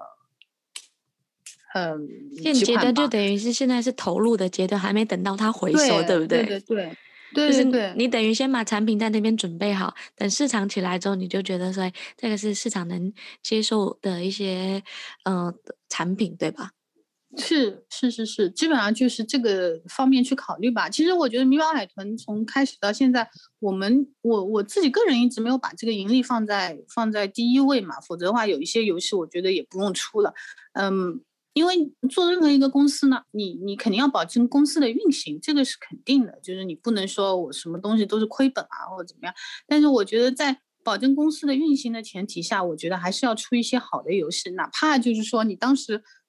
嗯， 现阶段就等于是现在是投入的阶段，还没等到它回收，对不对？ 对对对。对就是对对， 你等于先把产品在那边准备好，等市场起来之后，你就觉得说这个是市场能接受的一些呃产品，对吧？ 是是是是，基本上就是这个方面去考虑吧。其实我觉得米宝海豚从开始到现在，我们我我自己个人一直没有把这个盈利放在放在第一位嘛，否则的话有一些游戏我觉得也不用出了。嗯，因为做任何一个公司呢，你你肯定要保证公司的运行，这个是肯定的，就是你不能说我什么东西都是亏本啊或者怎么样。但是我觉得在保证公司的运行的前提下，我觉得还是要出一些好的游戏，哪怕就是说你当时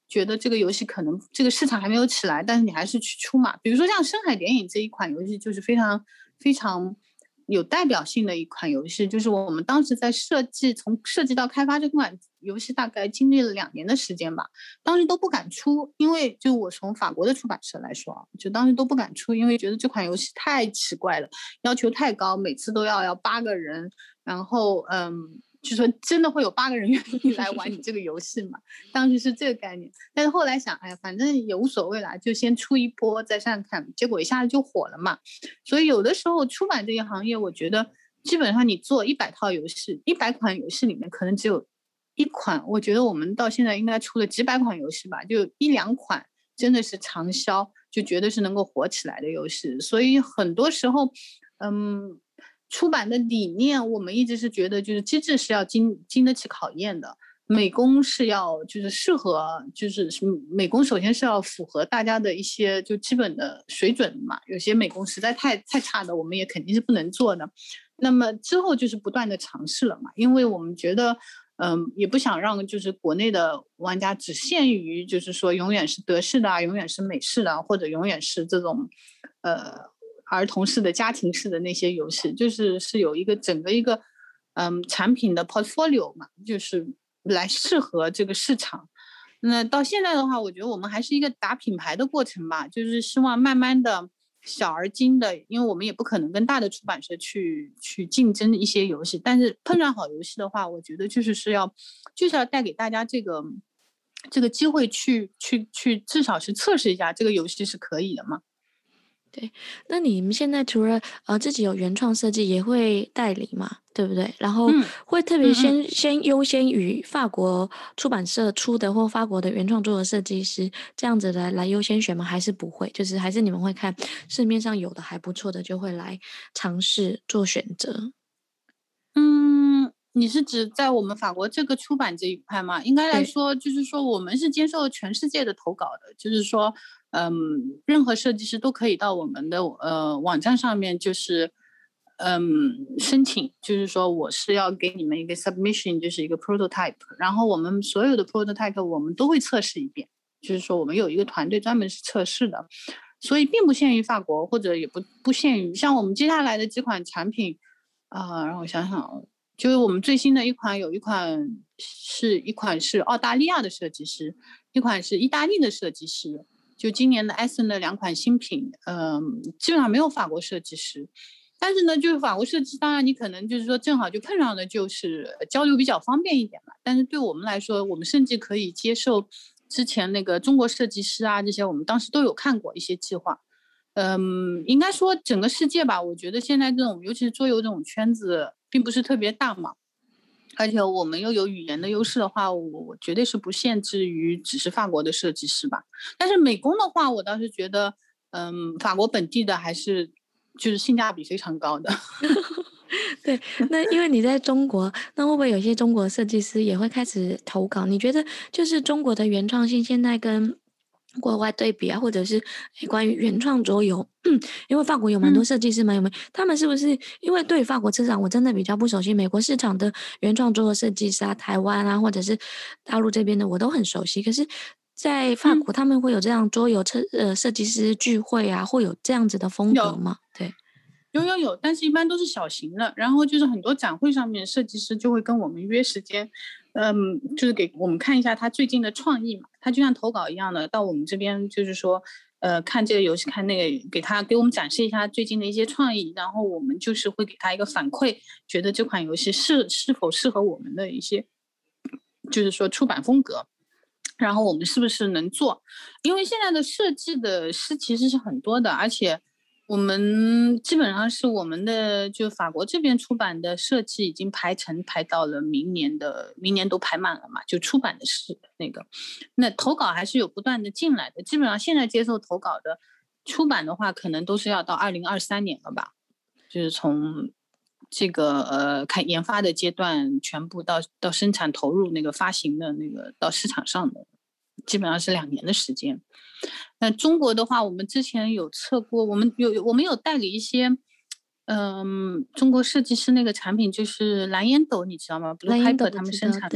觉得这个游戏可能这个市场还没有起来，但是你还是去出嘛。比如说像《深海谍影》这一款游戏，就是非常非常有代表性的一款游戏，就是我们当时在设计，从设计到开发这款游戏大概经历了两年的时间吧，当时都不敢出，因为就我从法国的出版社来说啊，就当时都不敢出，因为觉得这款游戏太奇怪了，要求太高，每次都要要八个人，然后嗯。就说真的会有八个人愿意来玩你这个游戏嘛？当时是这个概念，但是后来想，哎呀，反正也无所谓啦，就先出一波再上看，结果一下子就火了嘛。所以有的时候出版这个行业，我觉得基本上你做一百套游戏，一百款游戏里面可能只有一款，我觉得我们到现在应该出了几百款游戏吧，就一两款真的是长销，就觉得是能够火起来的游戏。所以很多时候，嗯。出版的理念，我们一直是觉得，就是机制是要经经得起考验的，美工是要就是适合，就是美工首先是要符合大家的一些就基本的水准嘛。有些美工实在太太差的，我们也肯定是不能做的。那么之后就是不断的尝试了嘛，因为我们觉得，嗯，也不想让就是国内的玩家只限于就是说永远是德式的啊，永远是美式的啊，或者永远是这种，呃。儿童式的家庭式的那些游戏，就是是有一个整个一个嗯产品的 portfolio 嘛，就是来适合这个市场。那到现在的话，我觉得我们还是一个打品牌的过程吧，就是希望慢慢的小而精的，因为我们也不可能跟大的出版社去去竞争一些游戏，但是碰上好游戏的话，我觉得就是是要就是要带给大家这个这个机会去去去至少是测试一下这个游戏是可以的嘛。 对，那你们现在除了呃自己有原创设计，也会代理嘛，对不对？然后会特别先、嗯嗯、先优先于法国出版社出的或法国的原创作的设计师这样子来来优先选吗？还是不会？就是还是你们会看市面上有的还不错的，就会来尝试做选择。 嗯，你是指在我们法国这个出版这一块吗？应该来说，就是说我们是接受全世界的投稿的，就是说。嗯，任何设计师都可以到我们的呃网站上面，就是嗯申请，就是说我是要给你们一个 submission， 就是一个 prototype， 然后我们所有的 prototype 我们都会测试一遍，就是说我们有一个团队专门是测试的，所以并不限于法国，或者也不不限于像我们接下来的几款产品啊、呃，让我想想，就是我们最新的一款有一款是一款是澳大利亚的设计师，一款是意大利的设计师。就今年的艾森的两款新品，嗯、呃，基本上没有法国设计师，但是呢，就是法国设计，当然你可能就是说正好就碰上的，就是交流比较方便一点嘛。但是对我们来说，我们甚至可以接受之前那个中国设计师啊这些，我们当时都有看过一些计划。嗯，应该说整个世界吧，我觉得现在这种，尤其是桌游这种圈子，并不是特别大嘛。而且我们又有语言的优势的话，我我绝对是不限制于只是法国的设计师吧。但是美工的话，我倒是觉得，嗯，法国本地的还是就是性价比非常高的。 对，那因为你在中国，那会不会有些中国设计师也会开始投稿？你觉得就是中国的原创性现在跟国外对比啊，或者是关于原创桌游，因为法国有蛮多设计师嘛，有没有？他们是不是因为对法国市场我真的比较不熟悉，美国市场的原创桌游设计师啊，台湾啊，或者是大陆这边的我都很熟悉，可是在法国他们会有这样桌游设呃设计师聚会啊，会有这样子的风格吗？对。 有有有，但是一般都是小型的，然后就是很多展会上面设计师就会跟我们约时间，嗯，就是给我们看一下他最近的创意嘛，他就像投稿一样的到我们这边，就是说，呃，看这个游戏，看那个，给他给我们展示一下最近的一些创意，然后我们就是会给他一个反馈，觉得这款游戏是是否适合我们的一些，就是说出版风格。然后我们是不是能做？因为现在的设计的师其实是很多的，而且我们基本上是我们的就法国这边出版的设计已经排成排到了明年的，明年都排满了嘛，就出版的是那个，那投稿还是有不断的进来的，基本上现在接受投稿的出版的话，可能都是要到二零二三年了吧，就是从这个呃开研发的阶段全部到到生产投入那个发行的那个到市场上的，基本上是两年的时间。那中国的话，我们之前有测过，我们有我们有代理一些，嗯，中国设计师那个产品就是蓝烟斗，你知道吗？Blue Piper 他们生产的，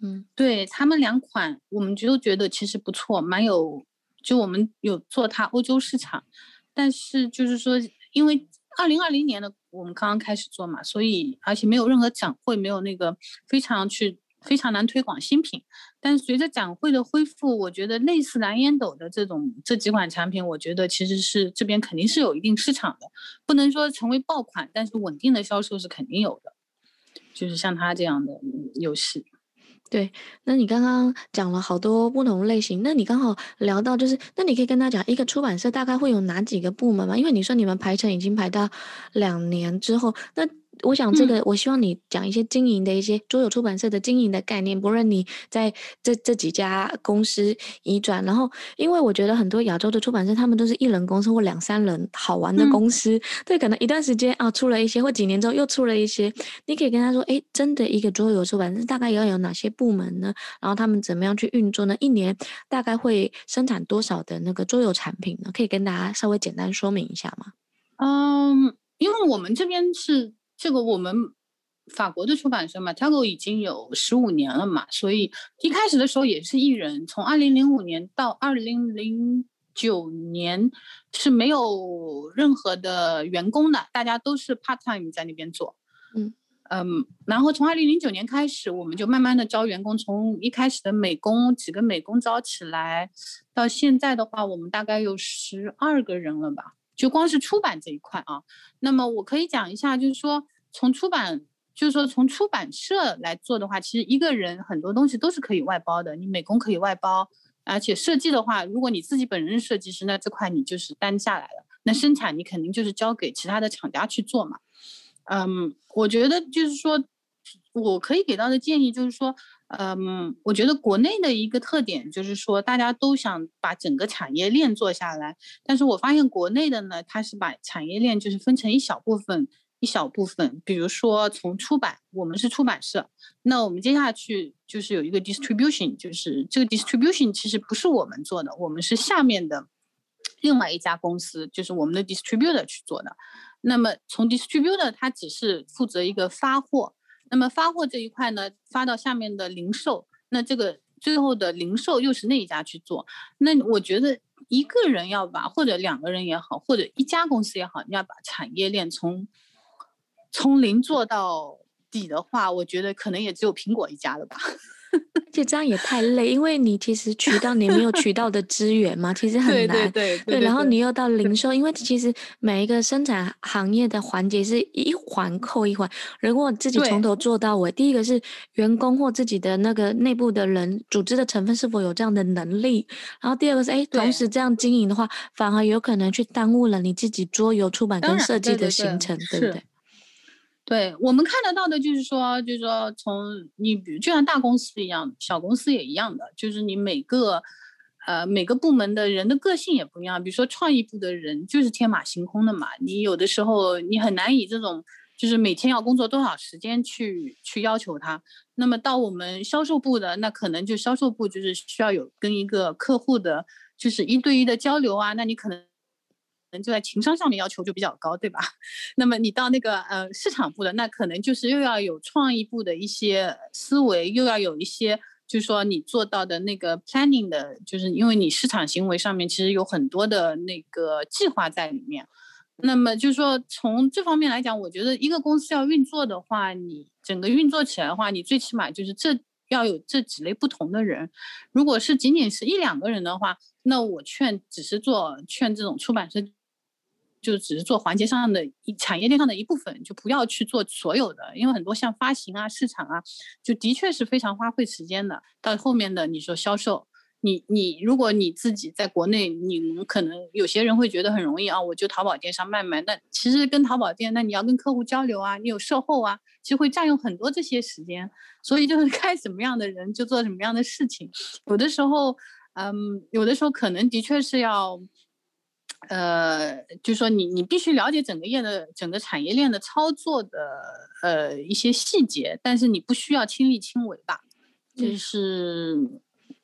嗯， 对，他们两款我们就觉得其实不错，蛮有，就我们有做它欧洲市场，但是就是说，因为二零二零年的我们刚刚开始做嘛，所以而且没有任何展会，没有那个非常去非常难推广新品。但是随着展会的恢复，我觉得类似蓝烟斗的这种这几款产品，我觉得其实是这边肯定是有一定市场的，不能说成为爆款，但是稳定的销售是肯定有的。就是像它这样的游戏。 对，那你刚刚讲了好多不同类型，那你刚好聊到就是，那你可以跟他讲一个出版社大概会有哪几个部门吗？因为你说你们排程已经排到两年之后，那我想这个， 嗯、 我希望你讲一些经营的一些桌游出版社的经营的概念，不论你在这这几家公司移转，然后因为我觉得很多亚洲的出版社他们都是一人公司或两三人好玩的公司，嗯、对，可能一段时间啊出了一些，或几年之后又出了一些，你可以跟他说，哎，真的一个桌游出版社大概要有哪些部门呢？然后他们怎么样去运作呢？一年大概会生产多少的那个桌游产品呢？可以跟大家稍微简单说明一下吗？ 嗯，因为我们这边是这个我们法国的出版社嘛 Tago 已经有十五年了嘛，所以一开始的时候也是一人，从二零零五年到二零零九年是没有任何的员工的，大家都是 part time 在那边做。 嗯嗯，然后从二零零九年开始，我们就慢慢的招员工，从一开始的美工几个美工招起来，到现在的话，我们大概有十二个人了吧。就光是出版这一块啊，那么我可以讲一下，就是说从出版，就是说从出版社来做的话，其实一个人很多东西都是可以外包的，你美工可以外包，而且设计的话，如果你自己本人是设计师，那这块你就是担下来了，那生产你肯定就是交给其他的厂家去做嘛。嗯，我觉得就是说，我可以给到的建议就是说，嗯，我觉得国内的一个特点就是说，大家都想把整个产业链做下来，但是我发现国内的呢，它是把产业链就是分成一小部分一小部分，比如说从出版，我们是出版社，那我们接下去就是有一个 distribution， 就是这个 distribution 其实不是我们做的，我们是下面的另外一家公司，就是我们的 distributor 去做的。那么从 distributor 它只是负责一个发货，那么发货这一块呢，发到下面的零售，那这个最后的零售又是那一家去做。那我觉得一个人要把，或者两个人也好，或者一家公司也好，你要把产业链从从零做到底的话，我觉得可能也只有苹果一家了吧。 而且这样也太累，因为你其实渠道你没有渠道的资源嘛，其实很难。 对对对 对, 对, 对， 然后你又到零售，因为其实每一个生产行业的环节是一环扣一环。如果自己从头做到尾，第一个是员工或自己的那个内部的人，组织的成分是否有这样的能力，然后第二个是，哎，同时这样经营的话，反而有可能去耽误了你自己桌游出版跟设计的行程， 对, 对, 对, 对不对？ 对，我们看得到的就是说，就是说从你比如就像大公司一样，小公司也一样的，就是你每个呃每个部门的人的个性也不一样。比如说创意部的人就是天马行空的嘛，你有的时候你很难以这种就是每天要工作多少时间去去要求他。那么到我们销售部的，那可能就销售部就是需要有跟一个客户的就是一对一的交流啊，那你可能就在情商上面要求就比较高，对吧？那么你到那个呃市场部的，那可能就是又要有创意部的一些思维，又要有一些就是说你做到的那个 planning 的，就是因为你市场行为上面其实有很多的那个计划在里面。那么就是说从这方面来讲，我觉得一个公司要运作的话，你整个运作起来的话，你最起码就是这要有这几类不同的人。如果是仅仅是一两个人的话，那我劝只是做劝这种出版社就只是做环节上的产业链上的一部分，就不要去做所有的，因为很多像发行啊市场啊就的确是非常花费时间的。到后面的你说销售，你你如果你自己在国内，你可能有些人会觉得很容易啊，我就淘宝电商卖卖，那其实跟淘宝店，那你要跟客户交流啊，你有售后啊，其实会占用很多这些时间。所以就是看什么样的人就做什么样的事情，有的时候嗯有的时候可能的确是要呃，就是说你你必须了解整个业的整个产业链的操作的呃一些细节，但是你不需要亲力亲为吧，就是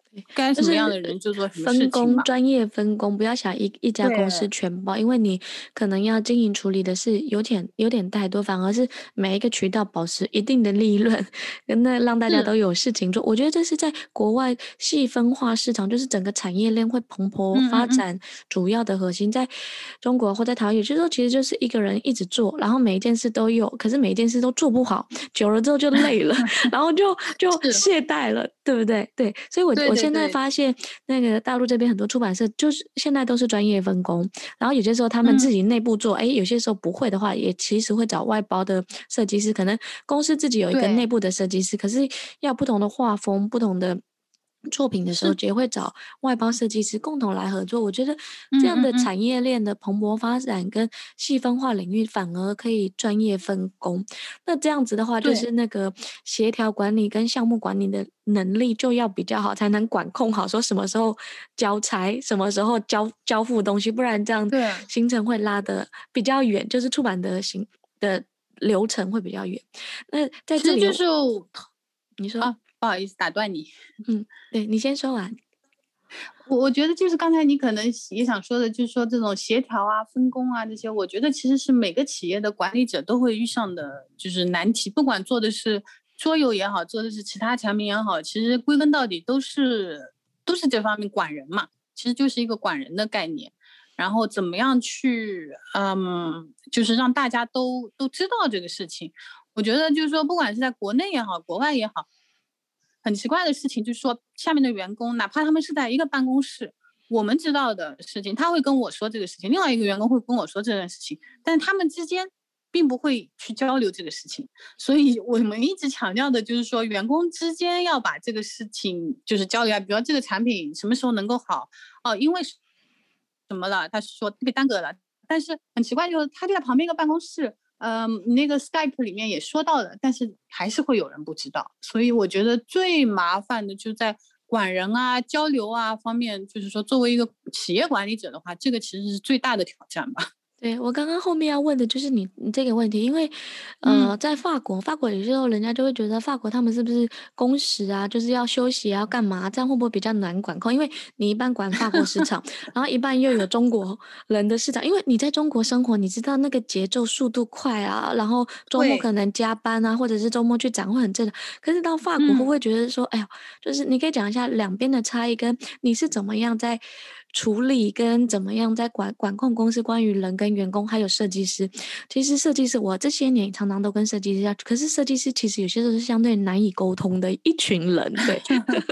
该什么样的人就做什么事情分工， 嘛。 专业分工，不要想一一家公司全包，因为你可能要经营处理的是有点有点太多，反而是每一个渠道保持一定的利润，那让大家都有事情做。我觉得这是在国外细分化市场，就是整个产业链会蓬勃发展主要的核心。嗯嗯嗯，在中国或在台湾，也就是说，其实就是一个人一直做，然后每一件事都有，可是每一件事都做不好，久了之后就累了，然后就就懈怠了，对不对？对，所以我对对对， 我现在发现，那个大陆这边很多出版社就是现在都是专业分工，然后有些时候他们自己内部做，哎、嗯，有些时候不会的话，也其实会找外包的设计师，可能公司自己有一个内部的设计师，可是要不同的画风、不同的作品的时候，也会找外包设计师共同来合作。我觉得这样的产业链的蓬勃发展跟细分化领域，反而可以专业分工。那这样子的话，就是那个协调管理跟项目管理的能力就要比较好，才能管控好说什么时候交差，什么时候交交付东西，不然这样行程会拉得比较远，就是出版的行的流程会比较远。那在这里就是你说啊，不好意思打断你。 嗯，对，你先说完。 我我觉得就是刚才你可能也想说的，就是说这种协调啊、分工啊这些，我觉得其实是每个企业的管理者都会遇上的，就是难题。不管做的是桌游也好，做的是其他产品也好，其实归根到底都是都是这方面管人嘛，其实就是一个管人的概念。然后怎么样去，嗯，就是让大家都都知道这个事情。我觉得就是说，不管是在国内也好，国外也好。很奇怪的事情就是说，下面的员工哪怕他们是在一个办公室，我们知道的事情他会跟我说这个事情，另外一个员工会跟我说这件事情，但是他们之间并不会去交流这个事情。所以我们一直强调的就是说，员工之间要把这个事情就是交流啊，比如说这个产品什么时候能够好哦，因为什么了，他说被耽搁了，但是很奇怪，就是他就在旁边一个办公室。嗯，那个 Skype 里面也说到了，但是还是会有人不知道，所以我觉得最麻烦的就在管人啊、交流啊方面，就是说作为一个企业管理者的话，这个其实是最大的挑战吧。 对，我刚刚后面要问的就是你你这个问题，因为呃，在法国，法国有时候人家就会觉得法国他们是不是工时啊，就是要休息啊，要干嘛？这样会不会比较难管控？因为你一般管法国市场，然后一半又有中国人的市场，因为你在中国生活，你知道那个节奏速度快啊，然后周末可能加班啊，或者是周末去展会很正常。可是到法国会不会觉得说，嗯、哎呦，就是你可以讲一下两边的差异，跟你是怎么样在处理跟怎么样在管管控公司关于人跟员工还有设计师。其实设计师我这些年常常都跟设计师，可是设计师其实有些时候是相对难以沟通的一群人。对，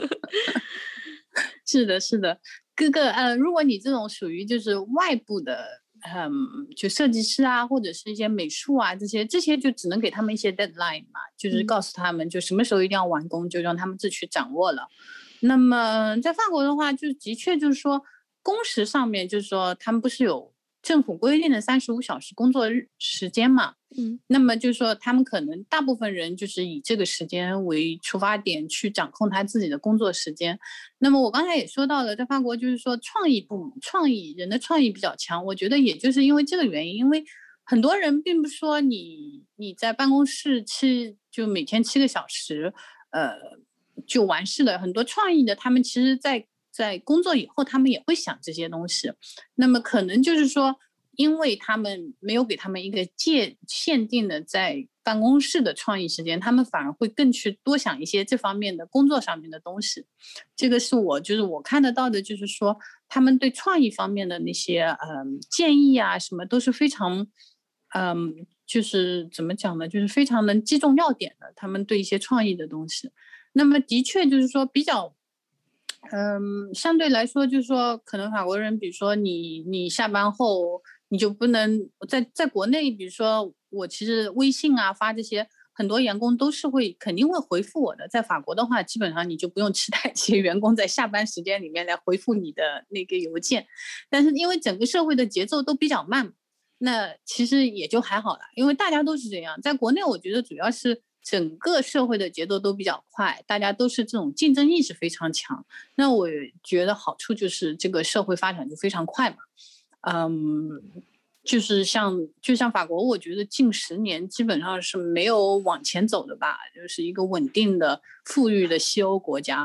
是的，是的，各个呃，如果你这种属于就是外部的。嗯，就设计师啊，或者是一些美术啊，这些这些就只能给他们一些 deadline 嘛，就是告诉他们就什么时候一定要完工，就让他们自己去掌握了。那么在法国的话，就的确就是说工时上面，就是说他们不是有政府规定的三十五小时工作日时间嘛？嗯，那么就是说他们可能大部分人就是以这个时间为出发点去掌控他自己的工作时间。那么我刚才也说到了，在法国就是说创意部创意人的创意比较强，我觉得也就是因为这个原因，因为很多人并不说你你在办公室七就每天七个小时，呃，就完事了。很多创意的他们其实在在工作以后，他们也会想这些东西。那么可能就是说。因为他们没有给他们一个界限定的在办公室的创意时间，他们反而会更去多想一些这方面的工作上面的东西。这个是我就是我看得到的，就是说他们对创意方面的那些嗯建议啊什么都是非常嗯就是怎么讲呢，就是非常能击中要点的。他们对一些创意的东西，那么的确就是说比较。嗯，相对来说，就是说，可能法国人，比如说你，你下班后你就不能在在国内，比如说我其实微信啊发这些，很多员工都是会肯定会回复我的。在法国的话，基本上你就不用期待这些员工在下班时间里面来回复你的那个邮件。但是因为整个社会的节奏都比较慢，那其实也就还好了，因为大家都是这样。在国内，我觉得主要是。整个社会的节奏都比较快，大家都是这种竞争意识非常强。那我觉得好处就是这个社会发展就非常快嘛。嗯，就是像就像法国，我觉得近十年基本上是没有往前走的吧，就是一个稳定的富裕的西欧国家。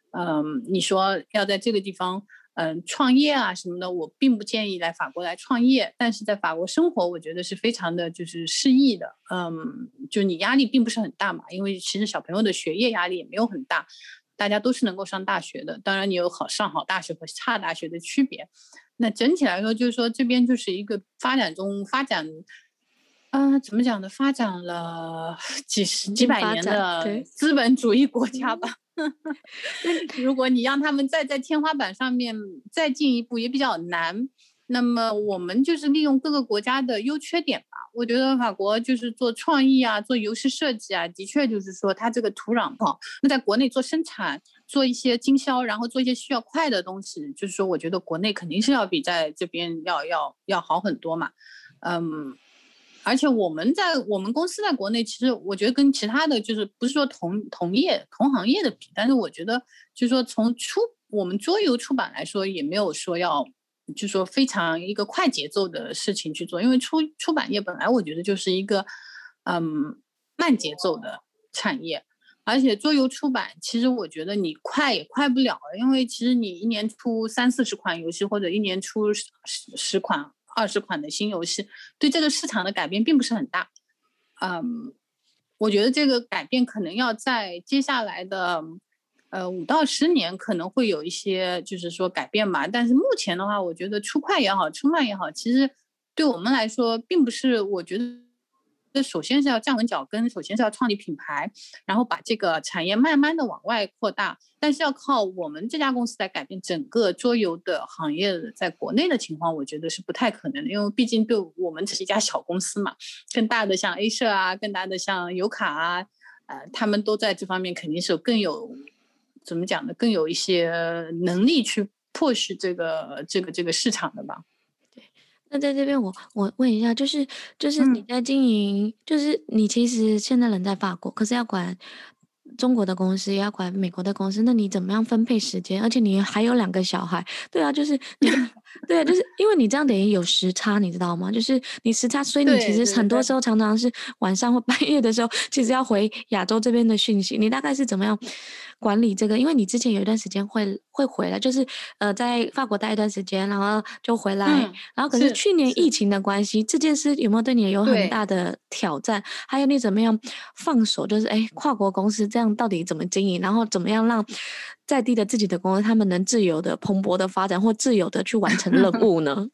嗯，你说要在这个地方嗯创业啊什么的，我并不建议来法国来创业，但是在法国生活，我觉得是非常的就是适宜的。嗯，就你压力并不是很大嘛，因为其实小朋友的学业压力也没有很大，大家都是能够上大学的。当然，你有好上好大学和差大学的区别。那整体来说，就是说这边就是一个发展中发展。啊、呃，怎么讲呢？发展了几十几百年的资本主义国家吧。如果你让他们再在天花板上面再进一步，也比较难。那么我们就是利用各个国家的优缺点吧。我觉得法国就是做创意啊，做游戏设计啊，的确就是说它这个土壤好。那在国内做生产，做一些经销，然后做一些需要快的东西，就是说我觉得国内肯定是要比在这边要要要好很多嘛。嗯。而且我们在我们公司在国内，其实我觉得跟其他的就是不是说同同业同行业的比，但是我觉得就是说从出我们桌游出版来说，也没有说要就是说非常一个快节奏的事情去做，因为出出版业本来我觉得就是一个嗯慢节奏的产业，而且桌游出版其实我觉得你快也快不了，因为其实你一年出三四十款游戏，或者一年出十十款。二十款的新游戏，对这个市场的改变并不是很大。嗯，我觉得这个改变可能要在接下来的呃五到十年可能会有一些就是说改变吧。但是目前的话，我觉得出快也好，出慢也好，其实对我们来说并不是，我觉得。首先是要站稳脚跟，首先是要创立品牌，然后把这个产业慢慢的往外扩大，但是要靠我们这家公司来改变整个桌游的行业在国内的情况，我觉得是不太可能的，因为毕竟对我们只是一家小公司嘛，更大的像 A 社啊，更大的像尤卡啊，呃，他们都在这方面肯定是更有怎么讲呢，更有一些能力去迫使这个这个这个市场的吧。 那在这边我我问一下，就是就是你在经营，嗯、就是你其实现在人在法国，可是要管中国的公司，也要管美国的公司，那你怎么样分配时间？而且你还有两个小孩，对啊，就是你对啊，就是因为你这样等于有时差，你知道吗？就是你时差，所以你其实很多时候常常是晚上或半夜的时候，其实要回亚洲这边的讯息。你大概是怎么样管理这个？因为你之前有一段时间会会回来，就是呃在法国待一段时间，然后就回来，嗯、然后可是去年疫情的关系，这件事有没有对你有很大的挑战？还有你怎么样放手？就是哎，跨国公司这样到底怎么经营？然后怎么样让在地的自己的公司他们能自由的蓬勃的发展，或自由的去完成任务呢？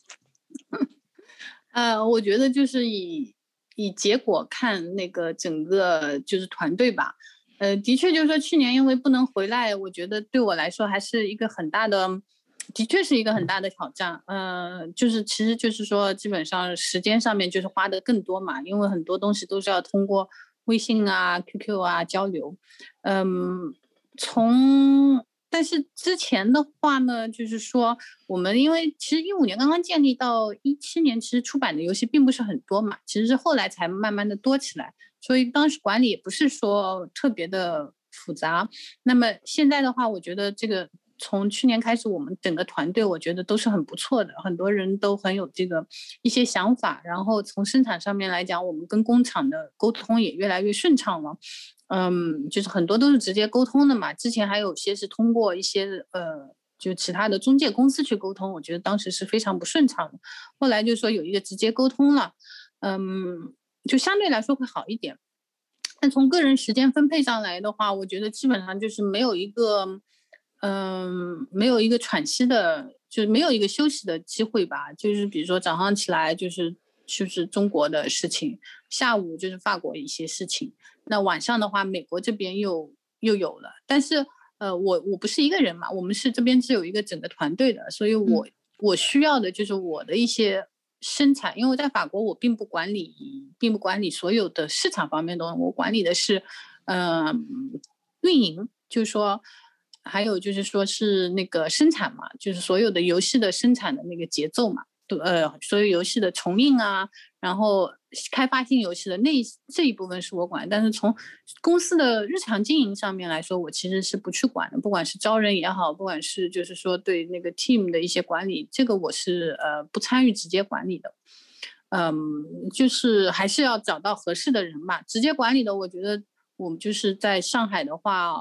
呃，我觉得就是以以结果看那个整个就是团队吧。呃，的确就是说去年因为不能回来，我觉得对我来说还是一个很大的，的确是一个很大的挑战。呃，就是其实就是说基本上时间上面就是花的更多嘛，因为很多东西都是要通过微信啊、Q Q 啊交流。嗯，从但是之前的话呢，就是说我们因为其实一五年刚刚建立到一七年，其实出版的游戏并不是很多嘛，其实是后来才慢慢的多起来，所以当时管理也不是说特别的复杂。那么现在的话，我觉得这个从去年开始，我们整个团队我觉得都是很不错的，很多人都很有这个一些想法，然后从生产上面来讲，我们跟工厂的沟通也越来越顺畅了。嗯，就是很多都是直接沟通的嘛，之前还有些是通过一些呃，就其他的中介公司去沟通，我觉得当时是非常不顺畅的。后来就说有一个直接沟通了，嗯，就相对来说会好一点。但从个人时间分配上来的话，我觉得基本上就是没有一个，嗯，没有一个喘息的，就是没有一个休息的机会吧。就是比如说早上起来就是就是中国的事情，下午就是法国一些事情。那晚上的话，美国这边又又有了，但是呃，我我不是一个人嘛，我们是这边是有一个整个团队的，所以我、嗯、我需要的就是我的一些生产，因为在法国我并不管理，并不管理所有的市场方面的东西，我管理的是呃运营，就是说。还有就是说是那个生产嘛，就是所有的游戏的生产的那个节奏嘛，呃，所有游戏的重印啊，然后开发新游戏的那这一部分是我管，但是从公司的日常经营上面来说，我其实是不去管的，不管是招人也好，不管是就是说对那个 team 的一些管理，这个我是呃不参与直接管理的。嗯，就是还是要找到合适的人嘛。直接管理的，我觉得我们就是在上海的话。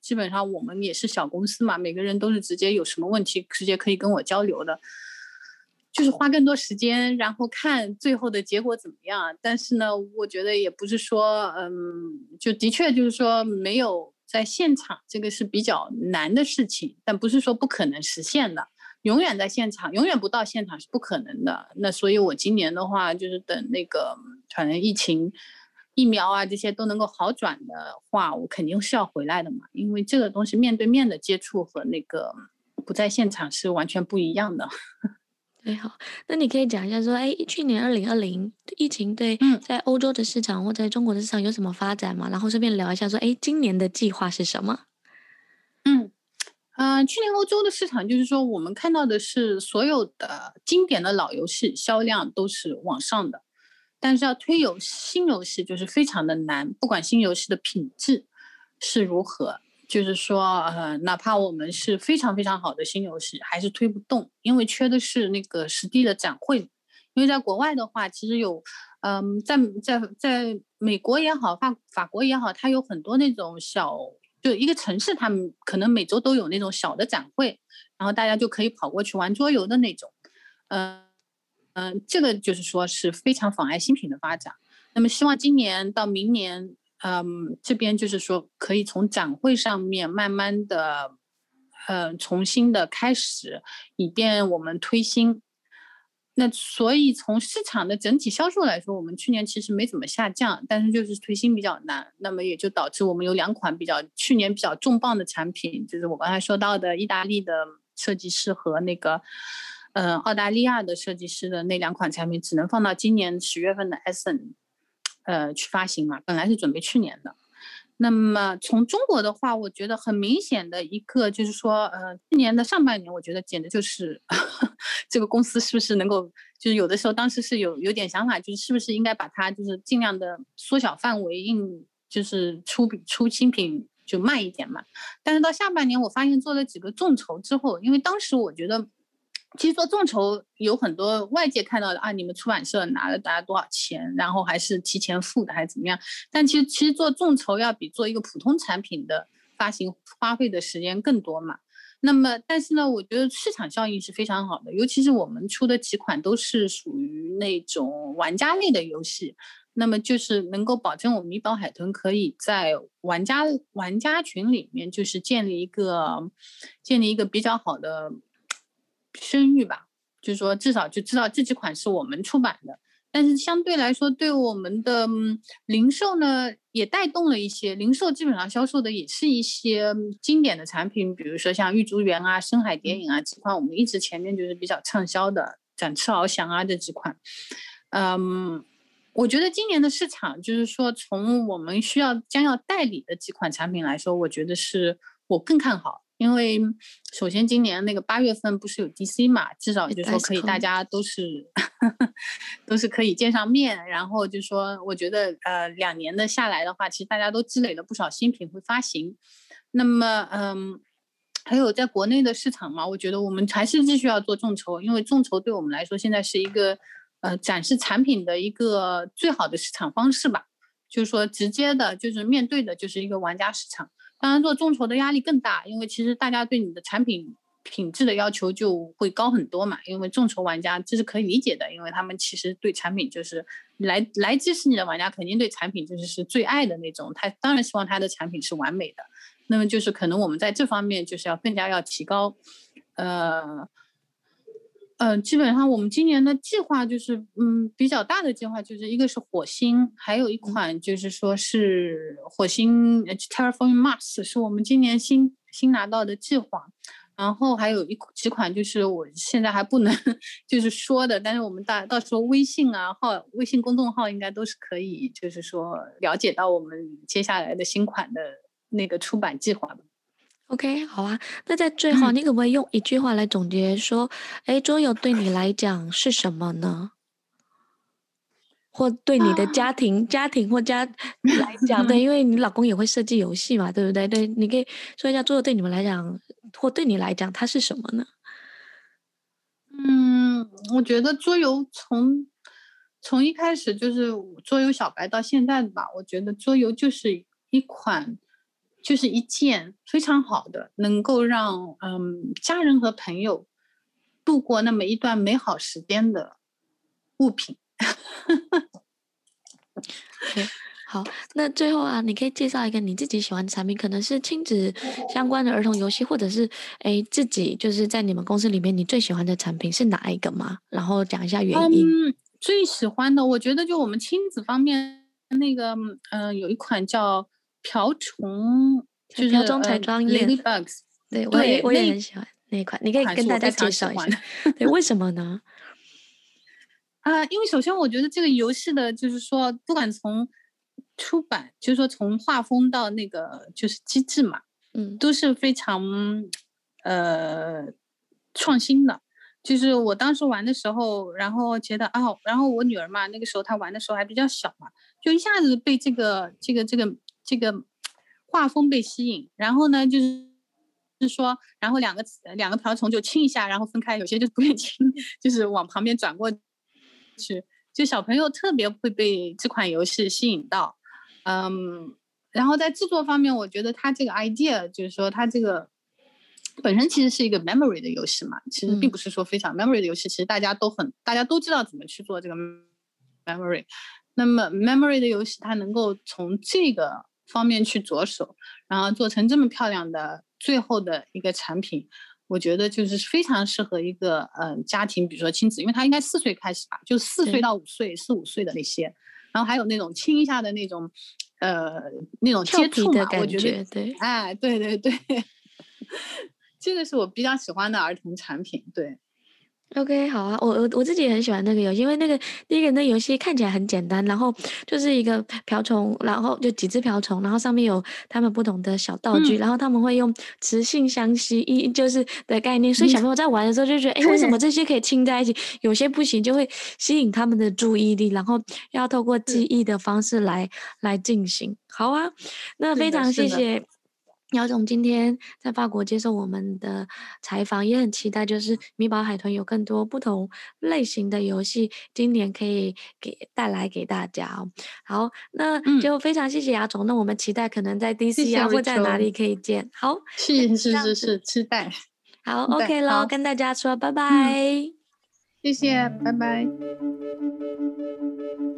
基本上我们也是小公司嘛，每个人都是直接有什么问题直接可以跟我交流的，就是花更多时间，然后看最后的结果怎么样。但是呢，我觉得也不是说，嗯，就的确就是说没有在现场，这个是比较难的事情，但不是说不可能实现的。永远在现场，永远不到现场是不可能的。那所以我今年的话，就是等那个反正疫情、疫苗啊这些都能够好转的话，我肯定是要回来的嘛，因为这个东西面对面的接触和那个不在现场是完全不一样的。 对，好，那你可以讲一下说，哎，去年二零二零疫情对嗯在欧洲的市场或在中国的市场有什么发展吗？然后顺便聊一下说，哎，今年的计划是什么？ 嗯。呃，去年欧洲的市场就是说，我们看到的是所有的经典的老游戏销量都是往上的，但是要推有新游戏就是非常的难，不管新游戏的品质是如何，就是说，呃，哪怕我们是非常非常好的新游戏，还是推不动，因为缺的是那个实地的展会。因为在国外的话，其实有，嗯、在在在美国也好，法法国也好，它有很多那种小。就一个城市，他们可能每周都有那种小的展会，然后大家就可以跑过去玩桌游的那种。嗯、呃、嗯、呃，这个就是说是非常妨碍新品的发展。那么希望今年到明年，嗯，这边就是说可以从展会上面慢慢的，呃，重新的开始，以便我们推新。那所以从市场的整体销售来说，我们去年其实没怎么下降，但是就是推新比较难，那么也就导致我们有两款比较去年比较重磅的产品，就是我刚才说到的意大利的设计师和那个呃澳大利亚的设计师的那两款产品，只能放到今年十月份的 Essen 呃去发行嘛，本来是准备去年的。那么从中国的话，我觉得很明显的一个就是说，呃，去年的上半年，我觉得简直就是呵呵这个公司是不是能够，就是有的时候当时是有有点想法，就是是不是应该把它就是尽量的缩小范围，印就是出比出新品就慢一点嘛。但是到下半年，我发现做了几个众筹之后，因为当时我觉得。其实做众筹有很多外界看到的啊，你们出版社拿了大家多少钱，然后还是提前付的，还是怎么样？但其实其实做众筹要比做一个普通产品的发行花费的时间更多嘛。那么，但是呢，我觉得市场效应是非常好的，尤其是我们出的几款都是属于那种玩家类的游戏，那么就是能够保证我们米宝海豚可以在玩家玩家群里面就是建立一个建立一个比较好的声誉吧，就是说至少就知道这几款是我们出版的。但是相对来说，对我们的、嗯、零售呢也带动了一些，零售基本上销售的也是一些经典的产品，比如说像玉竹园啊、深海谍影啊这款，我们一直前面就是比较畅销的，展翅翱翔啊这几款。嗯，我觉得今年的市场就是说，从我们需要将要代理的几款产品来说，我觉得是我更看好。因为首先今年那个八月份不是有 D C 嘛，至少就说可以大家都是都是可以见上面，然后就说我觉得呃两年的下来的话，其实大家都积累了不少新品会发行。那么嗯，还有在国内的市场嘛，我觉得我们还是继续要做众筹，因为众筹对我们来说现在是一个呃展示产品的一个最好的市场方式吧，就是说直接的就是面对的就是一个玩家市场。当然做众筹的压力更大，因为其实大家对你的产品品质的要求就会高很多嘛，因为众筹玩家这是可以理解的，因为他们其实对产品就是来来支持你的玩家肯定对产品就是是最爱的那种，他当然希望他的产品是完美的。那么就是可能我们在这方面就是要更加要提高呃呃，基本上我们今年的计划就是，嗯，比较大的计划就是一个是火星，还有一款就是说是火星 Terraforming Mars 是我们今年新新拿到的计划，然后还有一几款就是我现在还不能就是说的，但是我们大到时候微信啊号微信公众号应该都是可以就是说了解到我们接下来的新款的那个出版计划的。 OK， 好啊。那在最后， 嗯你可不可以用一句话来总结说，哎，桌游对你来讲是什么呢？或对你的家庭、家庭或家来讲，对，因为你老公也会设计游戏嘛，对不对？对，你可以说一下桌游对你们来讲，或对你来讲，它是什么呢？ 嗯，我觉得桌游从从一开始就是桌游小白到现在的吧，我觉得桌游就是一款就是一件非常好的，能够让嗯家人和朋友度过那么一段美好时间的物品。 对，好，那最后啊，你可以介绍一个你自己喜欢的产品，可能是亲子相关的儿童游戏，或者是诶自己就是在你们公司里面你最喜欢的产品是哪一个吗？然后讲一下原因。 嗯，最喜欢的，我觉得就我们亲子方面那个，嗯、呃，有一款叫瓢虫，就是瓢虫彩呃妆宴， ，Ladybugs， 对我也对， 我也那一很喜欢那一款，你可以款跟大家是我非常介绍一下。 喜欢的。 对，为什么呢？ 啊，因为首先我觉得这个游戏的，就是说，不管从出版，就是说从画风到那个就是机制嘛， 嗯， 都是非常呃创新的。就是我当时玩的时候，然后觉得哦，然后我女儿嘛，那个时候她玩的时候还比较小嘛，就一下子被这个这个这个这个画风被吸引，然后呢，就是是说，然后两个两个瓢虫就亲一下，然后分开，有些就不愿亲，就是往旁边转过去，就小朋友特别会被这款游戏吸引到，嗯，然后在制作方面，我觉得它这个 idea 就是说它这个本身其实是一个 memory 的游戏嘛，其实并不是说非常 memory 的游戏，其实大家都很大家都知道怎么去做这个 memory。那么 memory 的游戏，它能够从这个方面去着手，然后做成这么漂亮的最后的一个产品，我觉得就是非常适合一个嗯、呃、家庭，比如说亲子，因为他应该四岁开始吧，就四岁到五岁、四五岁的那些，然后还有那种亲一下的那种，呃，那种接触嘛，我觉得， 对， 哎，对对对，这个是我比较喜欢的儿童产品，对。 OK，好啊，我我我自己也很喜欢那个游戏，因为那个第一个那游戏看起来很简单，然后就是一个瓢虫，然后就几只瓢虫，然后上面有他们不同的小道具， 嗯， 然后他们会用磁性相吸，一就是的概念，所以嗯小朋友在玩的时候就觉得，哎，为什么这些可以亲在一起，有些不行，就会吸引他们的注意力，然后要透过记忆的方式来来进行。好啊，那非是的， 常是的。 谢谢姚总今天在法国接受我们的采访，也很期待就是米宝海豚有更多不同类型的游戏，今年可以给带来给大家哦。好，那嗯， 就非常谢谢姚总，那我们期待可能在谢 D C 谢啊或在哪 Rachel， 里可以见。好，那是这样子， 是是是，期待好期待， ，OK 咯， 好， 跟大家说拜嗯， 拜。 谢谢，拜拜。